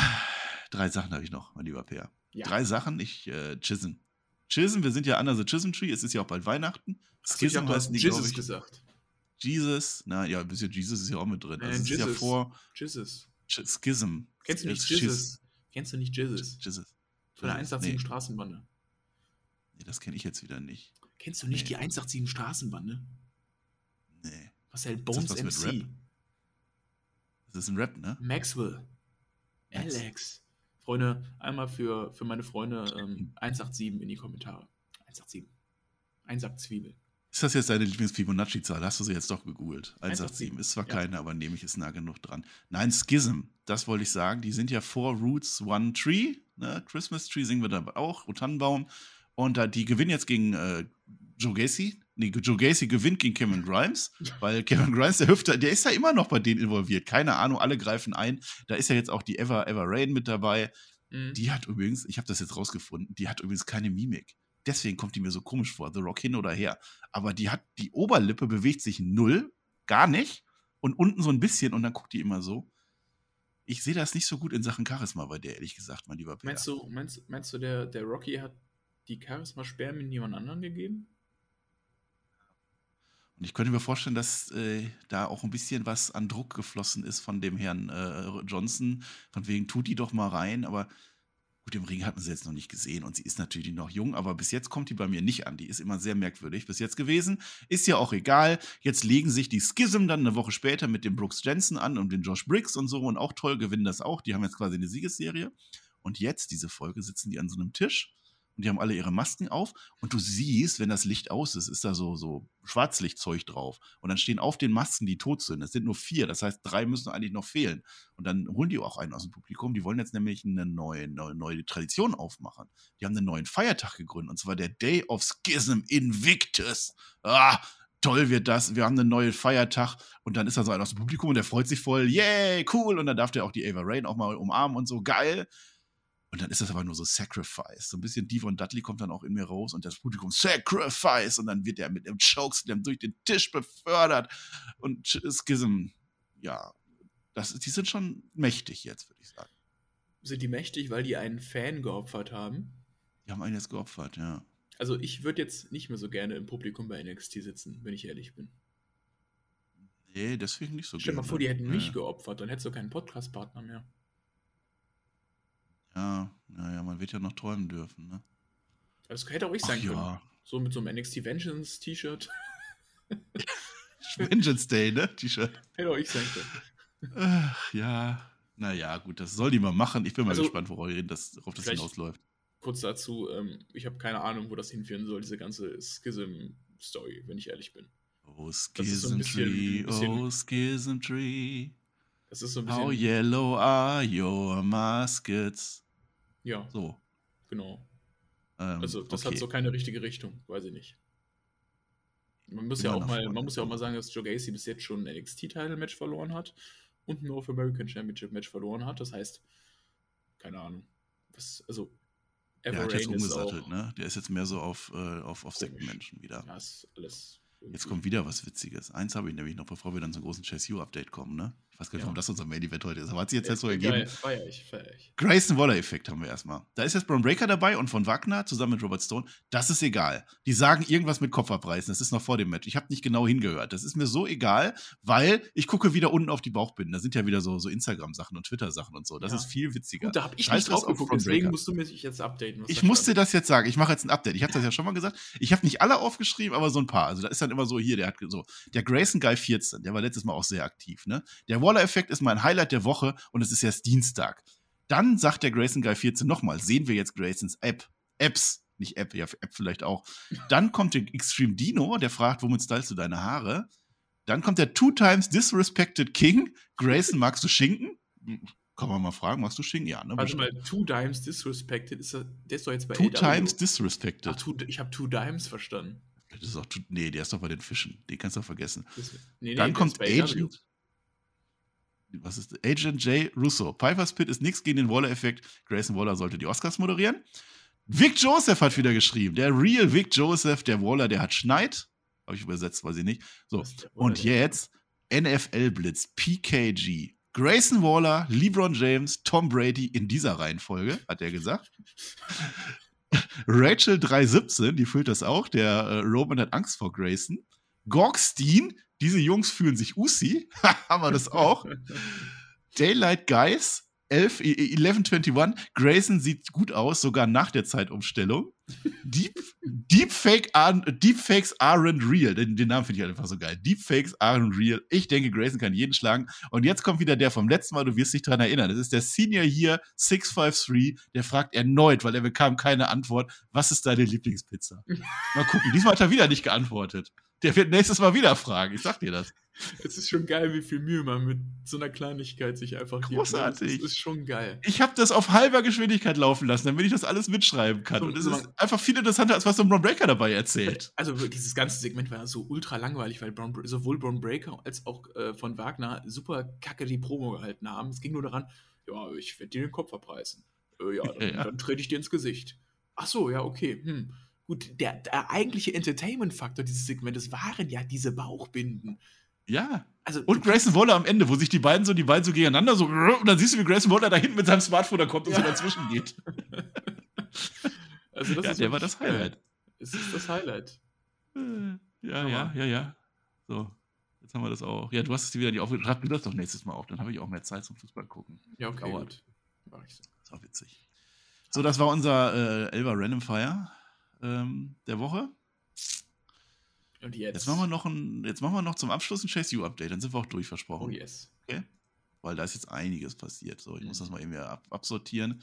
Drei Sachen habe ich noch, mein lieber Peer. Ja. Drei Sachen. Ich, äh, Chism. Chism, wir sind ja under the Chism Tree. Es ist ja auch bald Weihnachten. Achso, ich habe heißen die, Jesus glaub ich. gesagt. Jesus. Na ja, ein bisschen Jesus ist ja auch mit drin. Nein, Also es ist ja Jesus. vor Jesus. Ch- Schism. Kennst du nicht Schiss. Jesus? Kennst du nicht Jesus? Jesus. Von der Jesus. eins acht sieben Nee, Straßenbande. nee, das kenne ich jetzt wieder nicht. Kennst du nicht Nee. die eins acht sieben Straßenbande? Nee. Marcel das Bones was mit M C. Rap? Das ist ein Rap, ne? Maxwell. Max. Alex. Freunde, einmal für, für meine Freunde ähm, eins acht sieben in die Kommentare. eins acht sieben. Ein Sack Zwiebel. Ist das jetzt deine Lieblings-Fibonacci-Zahl? Hast du sie jetzt doch gegoogelt? eins acht eins acht sieben. sieben. Ist zwar Ja. keine, aber nehme ich es nah genug dran. Nein, Schism. Das wollte ich sagen. Die sind ja vor Roots One Tree. Ne? Christmas Tree singen wir da auch. Und Tannenbaum. Und da, die gewinnen jetzt gegen äh, Joe Gacy. Nee, Joe Gacy gewinnt gegen Kevin Grimes, weil Kevin Grimes, der Hüfter, der ist ja immer noch bei denen involviert. Keine Ahnung, alle greifen ein. Da ist ja jetzt auch die Ever, Ever Rain mit dabei. Mhm. Die hat übrigens, ich habe das jetzt rausgefunden, die hat übrigens keine Mimik. Deswegen kommt die mir so komisch vor, The Rock hin oder her. Aber die hat, die Oberlippe bewegt sich null, gar nicht. Und unten so ein bisschen und dann guckt die immer so. Ich sehe das nicht so gut in Sachen Charisma bei der, ehrlich gesagt, mein lieber Peter. Meinst du, meinst, meinst du der, der Rocky hat die Charisma-Spermien jemand anderen gegeben? Und ich könnte mir vorstellen, dass äh, da auch ein bisschen was an Druck geflossen ist von dem Herrn äh, Johnson. Von wegen, tut die doch mal rein. Aber gut, im Ring hat man sie jetzt noch nicht gesehen. Und sie ist natürlich noch jung. Aber bis jetzt kommt die bei mir nicht an. Die ist immer sehr merkwürdig bis jetzt gewesen. Ist ja auch egal. Jetzt legen sich die Schism dann eine Woche später mit dem Brooks Jensen an und den Josh Briggs und so. Und auch toll, gewinnen das auch. Die haben jetzt quasi eine Siegesserie. Und jetzt, diese Folge, sitzen die an so einem Tisch. und die haben alle ihre Masken auf und du siehst, wenn das Licht aus ist, ist da so, so Schwarzlichtzeug drauf und dann stehen auf den Masken, die tot sind. Es sind nur vier, das heißt, drei müssen eigentlich noch fehlen. Und dann holen die auch einen aus dem Publikum, die wollen jetzt nämlich eine neue, neue, neue Tradition aufmachen. Die haben einen neuen Feiertag gegründet und zwar der Day of Schism Invictus. Ah, toll wird das, wir haben einen neuen Feiertag und dann ist da so einer aus dem Publikum und der freut sich voll, yay, cool, und dann darf der auch die Ava Rain auch mal umarmen und so, geil. Und dann ist das aber nur so Sacrifice. So ein bisschen Devon Dudley kommt dann auch in mir raus und das Publikum Sacrifice und dann wird er mit einem Chokeslam durch den Tisch befördert und Schism, ja, das, die sind schon mächtig jetzt, würde ich sagen. Sind die mächtig, weil die einen Fan geopfert haben? Die haben einen jetzt geopfert, ja. Also ich würde jetzt nicht mehr so gerne im Publikum bei N X T sitzen, wenn ich ehrlich bin. Nee, deswegen nicht so Stell dir mal gerne. vor, die hätten mich ja. geopfert, dann hättest du keinen Podcast-Partner mehr. Ja, naja, man wird ja noch träumen dürfen, ne? Das hätte auch ich sein Ach, können. ja. So mit so einem N X T Vengeance T-Shirt. Vengeance Day, ne? T-Shirt. Hätte auch ich sein können. Ach, ja. Naja, gut, das soll die mal machen. Ich bin mal Also, gespannt, worauf das, worauf das vielleicht- hinausläuft. Kurz dazu, ähm, ich habe keine Ahnung, wo das hinführen soll, diese ganze Schism-Story, wenn ich ehrlich bin. Oh, ist so Schism ein bisschen- Tree, ein bisschen- oh, Schism Tree. Das ist so ein How bisschen. yellow are your muskets? Ja, So. genau. Ähm, Also, das okay. hat so keine richtige Richtung, weiß ich nicht. Man muss Immer ja auch nach mal, vorne. man muss ja auch mal sagen, dass Joe Gacy bis jetzt schon ein N X T-Title-Match verloren hat und ein North American Championship-Match verloren hat. Das heißt, keine Ahnung. Was, also, Der hat jetzt Rain ist umgesattelt, auch, ne? Der ist jetzt mehr so auf, äh, auf, auf Komisch. Sektenmenschen wieder. Ja, ist alles. Jetzt irgendwie- kommt wieder was Witziges. Eins habe ich nämlich noch, bevor wir dann zum großen Chase U-Update kommen, ne? Ich weiß gar nicht, Ja. warum das unser Main-Event heute ist, aber hat sich jetzt, jetzt so Äh, ergeben. Geil, feier ich, feier ich. Grayson Waller-Effekt haben wir erstmal. Da ist jetzt Braun Breaker dabei und von Wagner zusammen mit Robert Stone. Das ist egal. Die sagen irgendwas mit Kopf abreißen. Das ist noch vor dem Match. Ich habe nicht genau hingehört. Das ist mir so egal, weil ich gucke wieder unten auf die Bauchbinden. Da sind ja wieder so, so Instagram-Sachen und Twitter-Sachen und so. Das Ja. ist viel witziger. Gut, da habe ich Scheiß nicht das drauf auf geguckt, Braun deswegen Breaker. musst du mich jetzt updaten. Was Ich da musste stand. das jetzt sagen. Ich mache jetzt ein Update. Ich habe das ja schon mal gesagt. Ich habe nicht alle aufgeschrieben, aber so ein paar. Also da ist dann immer so hier, der hat so, der Grayson Guy vierzehn, der war letztes Mal auch sehr aktiv, ne? Der Waller-Effekt ist mein Highlight der Woche und es ist erst Dienstag. Dann sagt der Grayson Guy vierzehn nochmal, sehen wir jetzt Graysons App. Apps, nicht App, ja, App vielleicht auch. Dann kommt der Extreme Dino, der fragt, womit stylst du deine Haare? Dann kommt der Two Times Disrespected King. Grayson, magst du Schinken? Kann man mal fragen, magst du Schinken? Ja, ne? Warte mal, Two Dimes Disrespected, ist das, der ist doch jetzt bei Two A E W. Times Disrespected. Ach, two, ich habe Two Dimes verstanden. Das ist auch, nee, der ist doch bei den Fischen. Den kannst du doch vergessen. Das, nee, nee, Dann der kommt ist bei A E W. Agent. Was ist das? Agent J. Russo. Piper's Pit ist nichts gegen den Waller-Effekt. Grayson Waller sollte die Oscars moderieren. Vic Joseph hat wieder geschrieben. Der Real Vic Joseph, der Waller, der hat Schneid. Habe ich übersetzt, weiß ich nicht. So. Was ist der Waller, Und der- jetzt N F L-Blitz, P K G. Grayson Waller, LeBron James, Tom Brady in dieser Reihenfolge, hat er gesagt. Rachel drei siebzehn, die füllt das auch. Der äh, Roman hat Angst vor Grayson. Gorgstein, diese Jungs fühlen sich Ussi. Haben wir das auch. Daylight Guys, elf, elf einundzwanzig. Grayson sieht gut aus, sogar nach der Zeitumstellung. Deep, Deepfake are, Deepfakes aren't real. Den, den Namen finde ich halt einfach so geil. Deepfakes aren't real. Ich denke, Grayson kann jeden schlagen. Und jetzt kommt wieder der vom letzten Mal, du wirst dich dran erinnern. Das ist der Senior hier, sechs fünf drei. Der fragt erneut, weil er bekam keine Antwort. Was ist deine Lieblingspizza? Mal gucken. Diesmal hat er wieder nicht geantwortet. Der wird nächstes Mal wieder fragen. Ich sag dir das. Es ist schon geil, wie viel Mühe man mit so einer Kleinigkeit sich einfach gibt. Großartig. Das ist schon geil. Ich habe das auf halber Geschwindigkeit laufen lassen, damit ich das alles mitschreiben kann. So, Und es so ist lang- einfach viel interessanter, als was so ein Braun Breaker dabei erzählt. Also wirklich, dieses ganze Segment war so ultra langweilig, weil Braun, sowohl Braun Breaker als auch äh, von Wagner super kacke die Promo gehalten haben. Es ging nur daran, ja, ich werde dir den Kopf abreißen. Äh, ja, dann, Ja, ja. dann trete ich dir ins Gesicht. Ach so, ja, okay. Hm. Gut, der, der eigentliche Entertainment-Faktor dieses Segmentes waren ja diese Bauchbinden. Ja. Also, Und Grayson Waller am Ende, wo sich die beiden so, die beiden so gegeneinander so, und dann siehst du, wie Grayson Waller da hinten mit seinem Smartphone da kommt und Ja. so dazwischen geht. also das Ja, ist der war wirklich das geil. Highlight. Es ist das Highlight. Äh, Ja, Aber- ja, ja, ja. So, jetzt haben wir das auch. Ja, du hast es dir wieder nicht aufgeschrieben. Schreib mir das doch nächstes Mal auf, dann habe ich auch mehr Zeit zum Fußball gucken. Ja, okay, Dauert. gut. Mach ich so. Das war witzig. So, das war unser äh, Elva Random Fire ähm, der Woche. Und jetzt? Jetzt machen wir noch ein, jetzt machen wir noch zum Abschluss ein Chase U-Update, dann sind wir auch durch, versprochen. Oh yes. Weil da ist jetzt einiges passiert. So, ich muss Mhm. das mal eben wieder ab absortieren.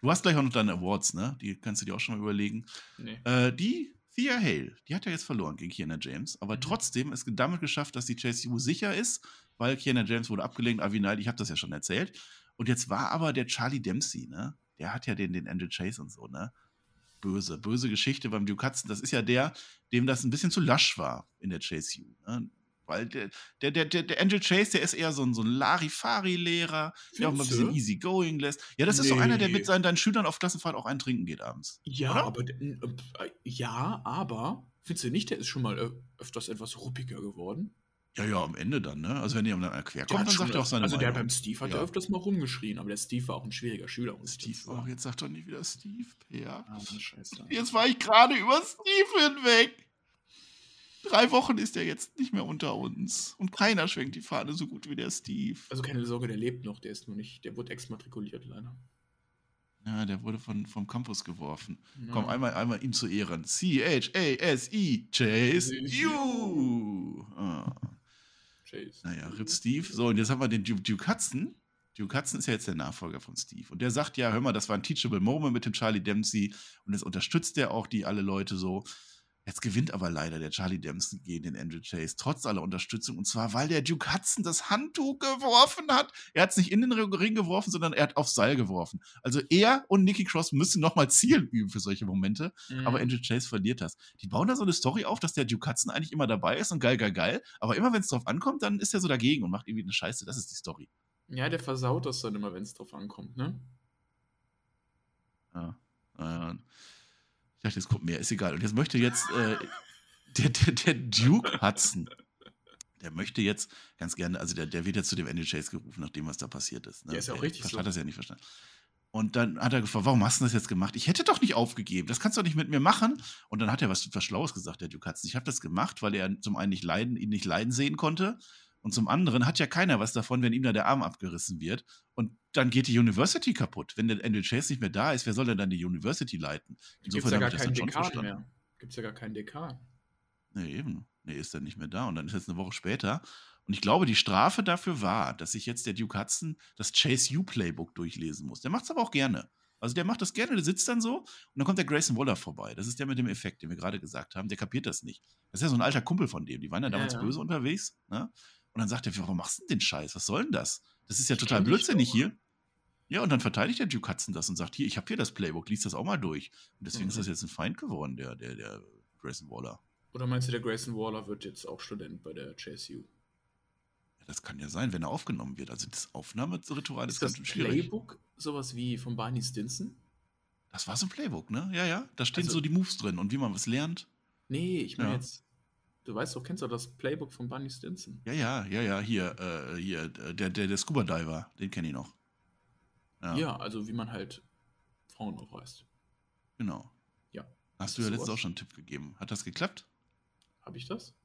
Du hast gleich auch noch deine Awards, ne? Die kannst du dir auch schon mal überlegen. Nee. Äh, die Thea Hale, die hat ja jetzt verloren gegen Kiana James, aber Mhm. trotzdem ist damit geschafft, dass die Chase U sicher ist, weil Kiana James wurde abgelenkt, Avi Knight, ich habe das ja schon erzählt. Und jetzt war aber der Charlie Dempsey, ne? Der hat ja den, den Andrew Chase und so, ne? Böse, böse Geschichte beim Duke Hudson. Das ist ja der, dem das ein bisschen zu lasch war in der Chase U, ne? Weil der, der, der, der, der Andrew Chase, der ist eher so ein, so ein Larifari-Lehrer, der auch mal ein bisschen Findest du? easy-going lässt. Ja, das ist so einer, der Nee. mit seinen deinen Schülern auf Klassenfahrt auch einen trinken geht abends. Ja, Oder? aber der- äh, ja, aber findest du nicht, der ist schon mal ö- öfters etwas ruppiger geworden? Ja, ja, am Ende dann, ne? Also wenn jemand dann quer Der kommt, hat dann schon sagt er auch öf- seine also der Meinung. beim Steve hat Ja. er öfters mal rumgeschrien, aber der Steve war auch ein schwieriger Schüler. Muss ich Steve dazu auch, sagen. jetzt sagt doch nicht wieder Steve, ja. Ah, scheiße. Jetzt war ich gerade über Steve hinweg. Drei Wochen ist er jetzt nicht mehr unter uns. Und keiner schwenkt die Fahne so gut wie der Steve. Also keine Sorge, der lebt noch, der ist nur nicht, der wurde exmatrikuliert leider. Ja, der wurde von, vom Campus geworfen. Ja. Komm, einmal, einmal ihm zu Ehren. C H A S E, Chase Chase U. Ah. Chase. Naja, Rip Steve. So, und jetzt haben wir den Duke, Duke Hudson. Duke Hudson ist ja jetzt der Nachfolger von Steve. Und der sagt ja, hör mal, das war ein teachable Moment mit dem Charlie Dempsey. Und jetzt unterstützt er auch die alle Leute so. Jetzt gewinnt aber leider der Charlie Dempsey gegen den Andrew Chase, trotz aller Unterstützung. Und zwar, weil der Duke Hudson das Handtuch geworfen hat. Er hat es nicht in den Ring geworfen, sondern er hat aufs Seil geworfen. Also er und Nikki Cross müssen nochmal Zielen üben für solche Momente. Mhm. Aber Andrew Chase verliert das. Die bauen da so eine Story auf, dass der Duke Hudson eigentlich immer dabei ist und geil, geil, geil. Aber immer, wenn es drauf ankommt, dann ist er so dagegen und macht irgendwie eine Scheiße. Das ist die Story. Ja, der versaut das dann immer, wenn es drauf ankommt, ne? Ja. Äh, ich dachte, jetzt kommt mehr, ist egal. Und jetzt möchte jetzt äh, der, der, der Duke Hudson, der möchte jetzt ganz gerne, also der, der wird jetzt zu dem Andrew Chase gerufen, nachdem was da passiert ist. Ne? Ja, ist ja auch der richtig Hat so. das ja nicht verstanden. Und dann hat er gefragt, warum hast du das jetzt gemacht? Ich hätte doch nicht aufgegeben, das kannst du doch nicht mit mir machen. Und dann hat er was, was Schlaues gesagt, der Duke Hudson. Ich habe das gemacht, weil er zum einen nicht leiden, ihn nicht leiden sehen konnte. Und zum anderen hat ja keiner was davon, wenn ihm da der Arm abgerissen wird. Und dann geht die University kaputt. Wenn der Andrew Chase nicht mehr da ist, wer soll denn dann die University leiten? Gibt es ja gar keinen Dekan mehr. Gibt es ja gar keinen Dekan. Nee, eben. Nee, ist dann nicht mehr da. Und dann ist jetzt eine Woche später. Und ich glaube, die Strafe dafür war, dass sich jetzt der Duke Hudson das Chase U-Playbook durchlesen muss. Der macht es aber auch gerne. Also der macht das gerne, der sitzt dann so und dann kommt der Grayson Waller vorbei. Das ist der mit dem Effekt, den wir gerade gesagt haben. Der kapiert das nicht. Das ist ja so ein alter Kumpel von dem. Die waren ja damals Ja, ja. böse unterwegs. Ne? Und dann sagt er, warum machst du denn den Scheiß? Was soll denn das? Das ist ja Ich total kenn dich blödsinnig doch. hier. Ja, und dann verteidigt der Duke Hudson das und sagt, hier, ich habe hier das Playbook, lies das auch mal durch. Und deswegen Mhm. ist das jetzt ein Feind geworden, der, der, der Grayson Waller. Oder meinst du, der Grayson Waller wird jetzt auch Student bei der Chase U? Ja, das kann ja sein, wenn er aufgenommen wird. Also das Aufnahmeritual ist Ist das ganz schön schwierig. Playbook sowas wie von Barney Stinson? Das war so ein Playbook, ne? Ja, ja. Da stehen Also- so die Moves drin und wie man was lernt. Nee, ich meine Ja. jetzt, du weißt doch, kennst du das Playbook von Barney Stinson? Ja, ja, ja, ja. Hier, äh, hier, äh, der, der, der Scuba Diver, den kenne ich noch. Ja, Ja. also wie man halt Frauen aufreißt. genau. Ja. Hast Ist du ja das letztens sowas? auch schon einen Tipp gegeben. Hat das geklappt? Habe ich das?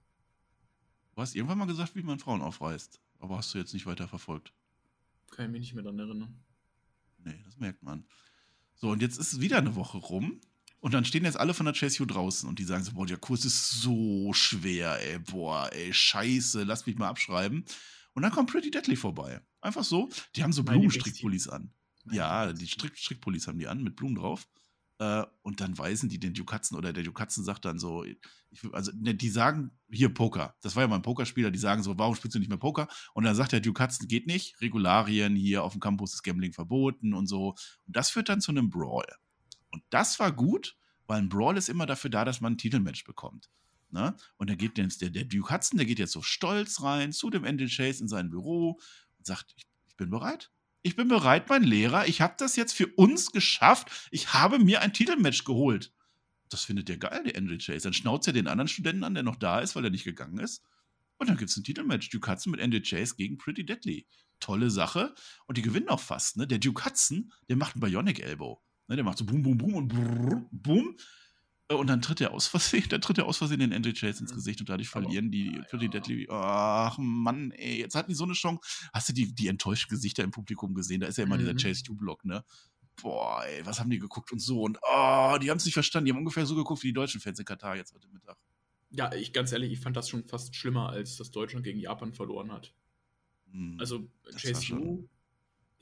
Du hast irgendwann mal gesagt, wie man Frauen aufreißt. Aber hast du jetzt nicht weiter verfolgt. Kann ich mich nicht mehr dran erinnern. Nee, das merkt man. So, und jetzt ist wieder eine Woche rum. Und dann stehen jetzt alle von der Chase U draußen und die sagen so, boah, der Kurs ist so schwer, ey, boah, ey, scheiße, lass mich mal abschreiben. Und dann kommt Pretty Deadly vorbei. Einfach so. Die haben so Mein Blumenstrickpullis an. Mein Ja, die Lieblingsteam. Strick Strickpullis haben die an, mit Blumen drauf. Äh, und dann weisen die den Duke Hudson, oder der Duke Hudson sagt dann so, ich, will- also ne, die sagen, hier Poker. Das war ja mal ein Pokerspieler, die sagen so, warum spielst du nicht mehr Poker? Und dann sagt der Duke Hudson, geht nicht, Regularien, hier auf dem Campus ist Gambling verboten und so. Und das führt dann zu einem Brawl. Und das war gut, weil ein Brawl ist immer dafür da, dass man ein Titelmatch bekommt. Ne? Und da geht jetzt der, der Duke Hudson, der geht jetzt so stolz rein zu dem Andrew Chase in sein Büro und sagt, ich, ich bin bereit. Ich bin bereit, mein Lehrer. Ich habe das jetzt für uns geschafft. Ich habe mir ein Titelmatch geholt. Das findet der geil, der Andrew Chase. Dann schnauzt er den anderen Studenten an, der noch da ist, weil er nicht gegangen ist. Und dann gibt es ein Titelmatch. Duke Hudson mit Andrew Chase gegen Pretty Deadly. Tolle Sache. Und die gewinnen auch fast. Ne? Der Duke Hudson, der macht einen Bionic Elbow. Ne? Der macht so boom, boom, boom und brrr, boom. Und dann tritt er aus Versehen, dann tritt er aus Versehen den Andrew Chase ins Gesicht und dadurch Aber- verlieren die ah, Pretty ja. Deadly. Ach Mann, ey, jetzt hatten die so eine Chance. Hast du die, die enttäuschten Gesichter im Publikum gesehen? Da ist ja immer Mhm. dieser Chase U-Block, ne? Boah, ey, was haben die geguckt und so. Und oh, die haben es nicht verstanden. Die haben ungefähr so geguckt wie die deutschen Fans in Katar jetzt heute Mittag. Ja, ich ganz ehrlich, ich fand das schon fast schlimmer, als dass Deutschland gegen Japan verloren hat. Hm. Also Das war Chase schon- U ist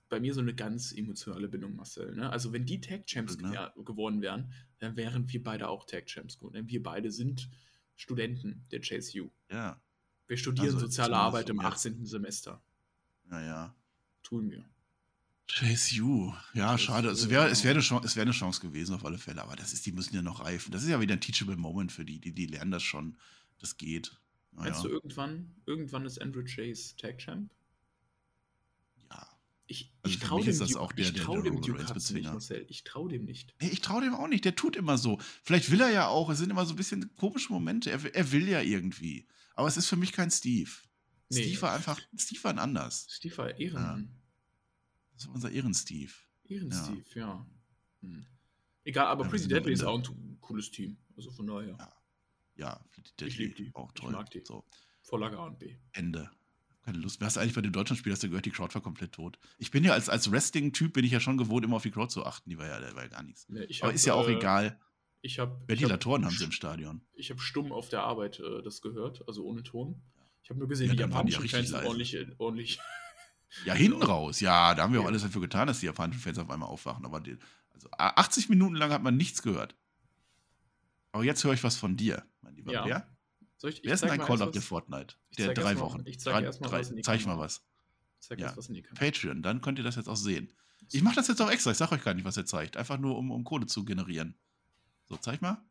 bei mir so eine ganz emotionale Bindung, Marcel. Ne? Also wenn die Tag-Champs Ne? ge geworden wären, dann wären wir beide auch Tag-Champs geworden. Denn wir beide sind Studenten der J S U. Ja. Wir studieren Also, soziale zumindest Arbeit von im mir. achtzehnten Semester. Naja. Tun wir. J S U. Ja, J S U, schade. Es wäre es genau. wär eine, Chance, es wär eine Chance gewesen auf alle Fälle. Aber das ist, die müssen ja noch reifen. Das ist ja wieder ein teachable Moment für die. Die, die lernen das schon. Das geht. Meinst du Naja. irgendwann, irgendwann ist Andrew Chase Tag-Champ? Ja. Ich, Also ich für traue mich dem, ist das Duke- auch der- ich der- trau der dem Roman Duke Reigns Hudson nicht, Bezwinger. Marcel. Ich traue dem nicht. Nee, ich traue dem auch nicht. Der tut immer so. Vielleicht will er ja auch. Es sind immer so ein bisschen komische Momente. Er, will- er will ja irgendwie. Aber es ist für mich kein Steve. Nee. Steve war einfach, Steve war ein anders. Steve war Ehrenmann. Das war unser Ehren-Steve. Ehren-Steve, ja. Hm. Egal, aber Ja, wir Pretty sind am Deadly ist Ende. auch ein tu- cooles Team. Also von daher. Ja. Ja, Ich lieb die. Auch Ich toll. mag die. So, Vorlage A und B. Ende. Keine Lust. Hast du eigentlich bei dem Deutschlandspiel, hast du gehört, die Crowd war komplett tot. Ich bin ja als, als Wrestling-Typ, bin ich ja schon gewohnt, immer auf die Crowd zu achten. Die war ja, da war ja gar nichts. Nee, ich Aber hab, ist ja auch äh, egal. Ich habe ich hab, Ventilatoren haben sie im Stadion. ich hab stumm auf der Arbeit äh, das gehört, also ohne Ton. Ich habe nur gesehen, Ja, die dann waren die ja japanischen richtig Fans sind leise. ordentlich, ordentlich. Ja, hinten raus. Ja, da haben wir auch Ja. alles dafür getan, dass die japanischen Fans auf einmal aufwachen. Aber die, also achtzig Minuten lang hat man nichts gehört. Aber jetzt höre ich was von dir, mein lieber Ja. Bär. Soll ich, Wer ist zeig denn dein mal Call-Up eins, der was- Fortnite? ich Der zeig drei erst mal- Wochen. ich zeig Drei- erst mal drei- was in die Zeig mal Kamera. was. Ich zeig Ja. jetzt was in die Kamera. Patreon, dann könnt ihr das jetzt auch sehen. Ich mache das jetzt auch extra, ich sag euch gar nicht, was er zeigt. Einfach nur, um, um Kohle zu generieren. So, zeig mal.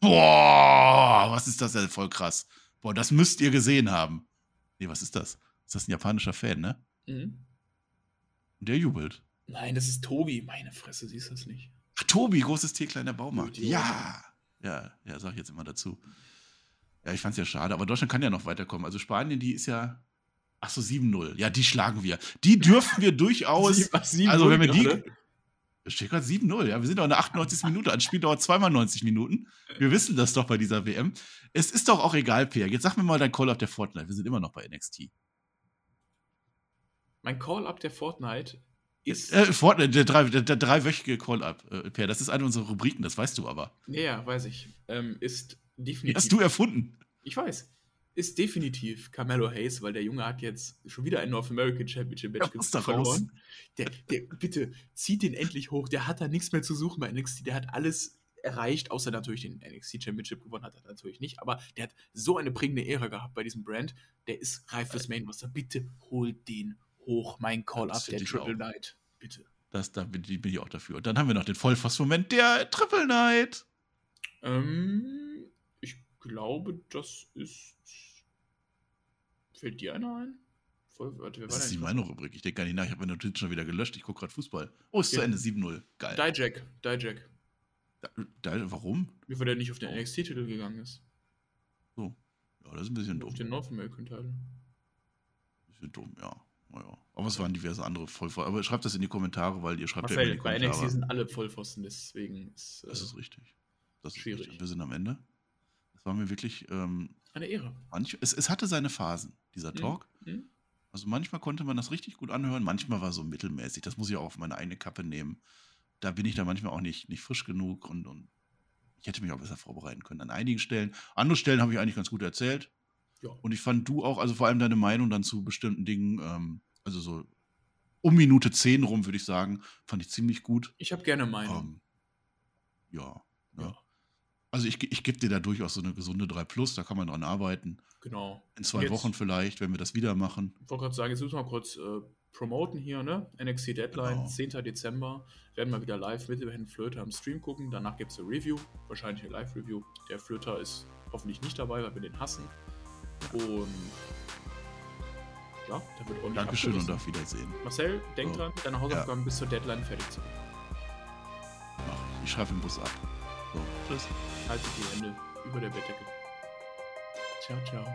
Boah, was ist das denn? Voll krass. Boah, das müsst ihr gesehen haben. Nee, was ist das? Ist das ein japanischer Fan, ne? Mhm. Und der jubelt. Nein, das ist Tobi. Meine Fresse, siehst du das nicht? Ach, Tobi, großes T, kleiner Baumarkt. Idiot. Ja. Ja, ja, sag ich jetzt immer dazu. Ja, ich fand's ja schade, aber Deutschland kann ja noch weiterkommen. Also Spanien, die ist ja. Ach so, sieben null. Ja, die schlagen wir. Die dürfen wir durchaus. Sieben- was, sieben also, wenn wir null die. gerade? Es steht gerade sieben null. Ja, wir sind doch in der achtundneunzigsten Minute. Ein Spiel dauert zweimal neunzig Minuten. Wir wissen das doch bei dieser W M. Es ist doch auch egal, Peer. Jetzt sag mir mal dein Call-Up der Fortnite. Wir sind immer noch bei N X T. Mein Call-Up der Fortnite ist. Äh, Fortnite, der, drei, der, der dreiwöchige Call-Up, äh, Peer. Das ist eine unserer Rubriken, das weißt du aber. Ja, ja, weiß ich. Ähm, ist Die definitiv. hast du erfunden. Ich weiß. Ist definitiv Carmelo Hayes, weil der Junge hat jetzt schon wieder ein North American Championship Match Ja, muss da raus. verloren. Der, der, bitte, zieht den endlich hoch. Der hat da nichts mehr zu suchen bei N X T. Der hat alles erreicht, außer natürlich den N X T Championship gewonnen hat er natürlich nicht. Aber der hat so eine prägende Ära gehabt bei diesem Brand. Der ist reif fürs Main Roster. Bitte hol den hoch. Mein Call-Up Das der find ich Triple auch. Night. Bitte. Das, da bin, bin ich auch dafür. Und dann haben wir noch den Vollfass-Moment der Triple Night. Ähm, ich glaube, das ist. Fällt dir einer ein? Voll, warte, wer Das war ist denn nicht meine Rubrik. Ich denke gar nicht nach. Ich habe meine Notizen schon wieder gelöscht. Ich gucke gerade Fußball. Oh, ist zu Ja. Ende. sieben null. Geil. Dijak. Dijak. Da, da, warum? Wie weil der nicht auf den N X T-Titel gegangen ist. So. Ja, das ist ein bisschen dumm. Auf den North American-Titel. Bisschen dumm, ja. Naja. Aber es waren diverse andere Vollpfosten. Aber schreibt das in die Kommentare, weil ihr schreibt ja Marcel, immer bei die N X T Kommentare. sind alle Vollpfosten, deswegen ist, äh, Das ist richtig. Das ist schwierig. richtig. Und wir sind am Ende. Das war mir wirklich. Ähm, eine Ehre. manch, es, es hatte seine Phasen, dieser Mhm. Talk. Mhm. Also manchmal konnte man das richtig gut anhören, manchmal war so mittelmäßig. Das muss ich auch auf meine eigene Kappe nehmen. Da bin ich da manchmal auch nicht, nicht frisch genug und, und ich hätte mich auch besser vorbereiten können an einigen Stellen. Andere Stellen habe ich eigentlich ganz gut erzählt. Ja. Und ich fand du auch, also vor allem deine Meinung dann zu bestimmten Dingen, ähm, also so um Minute zehn rum, würde ich sagen, fand ich ziemlich gut. Ich habe gerne Meinung. Ähm, ja, ne? Ja. Also ich, ich gebe dir da durchaus so eine gesunde drei plus, da kann man dran arbeiten. Genau. In zwei Jetzt- Wochen vielleicht, wenn wir das wieder machen. Ich wollte gerade sagen, jetzt müssen wir mal kurz äh, promoten hier, ne? N X T Deadline, Genau. zehnten Dezember. Werden wir wieder live mit dem Herrn Flöter am Stream gucken. Danach gibt es eine Review, wahrscheinlich eine Live-Review. Der Flöter ist hoffentlich nicht dabei, weil wir den hassen. Und ja, da wird ordentlich Dankeschön und abgerissen. auf Wiedersehen. Marcel, denk So. dran, deine Hausaufgaben bis zur Deadline fertig zu machen. Mach ich. Ich schreibe den Bus ab. So, tschüss. Haltet die Hände über der Bettdecke. Ciao, ciao.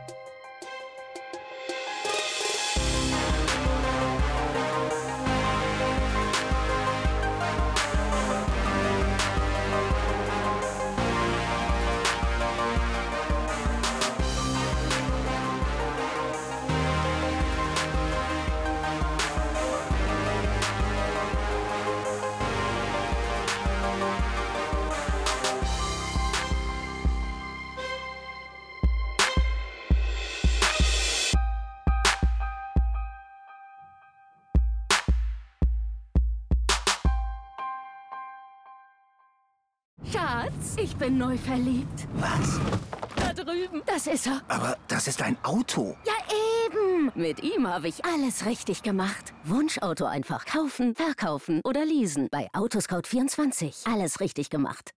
Schatz, ich bin neu verliebt. Was? Da drüben. Das ist er. Aber das ist ein Auto. Ja, eben. Mit ihm habe ich alles richtig gemacht. Wunschauto einfach kaufen, verkaufen oder leasen. Bei Autoscout vierundzwanzig. Alles richtig gemacht.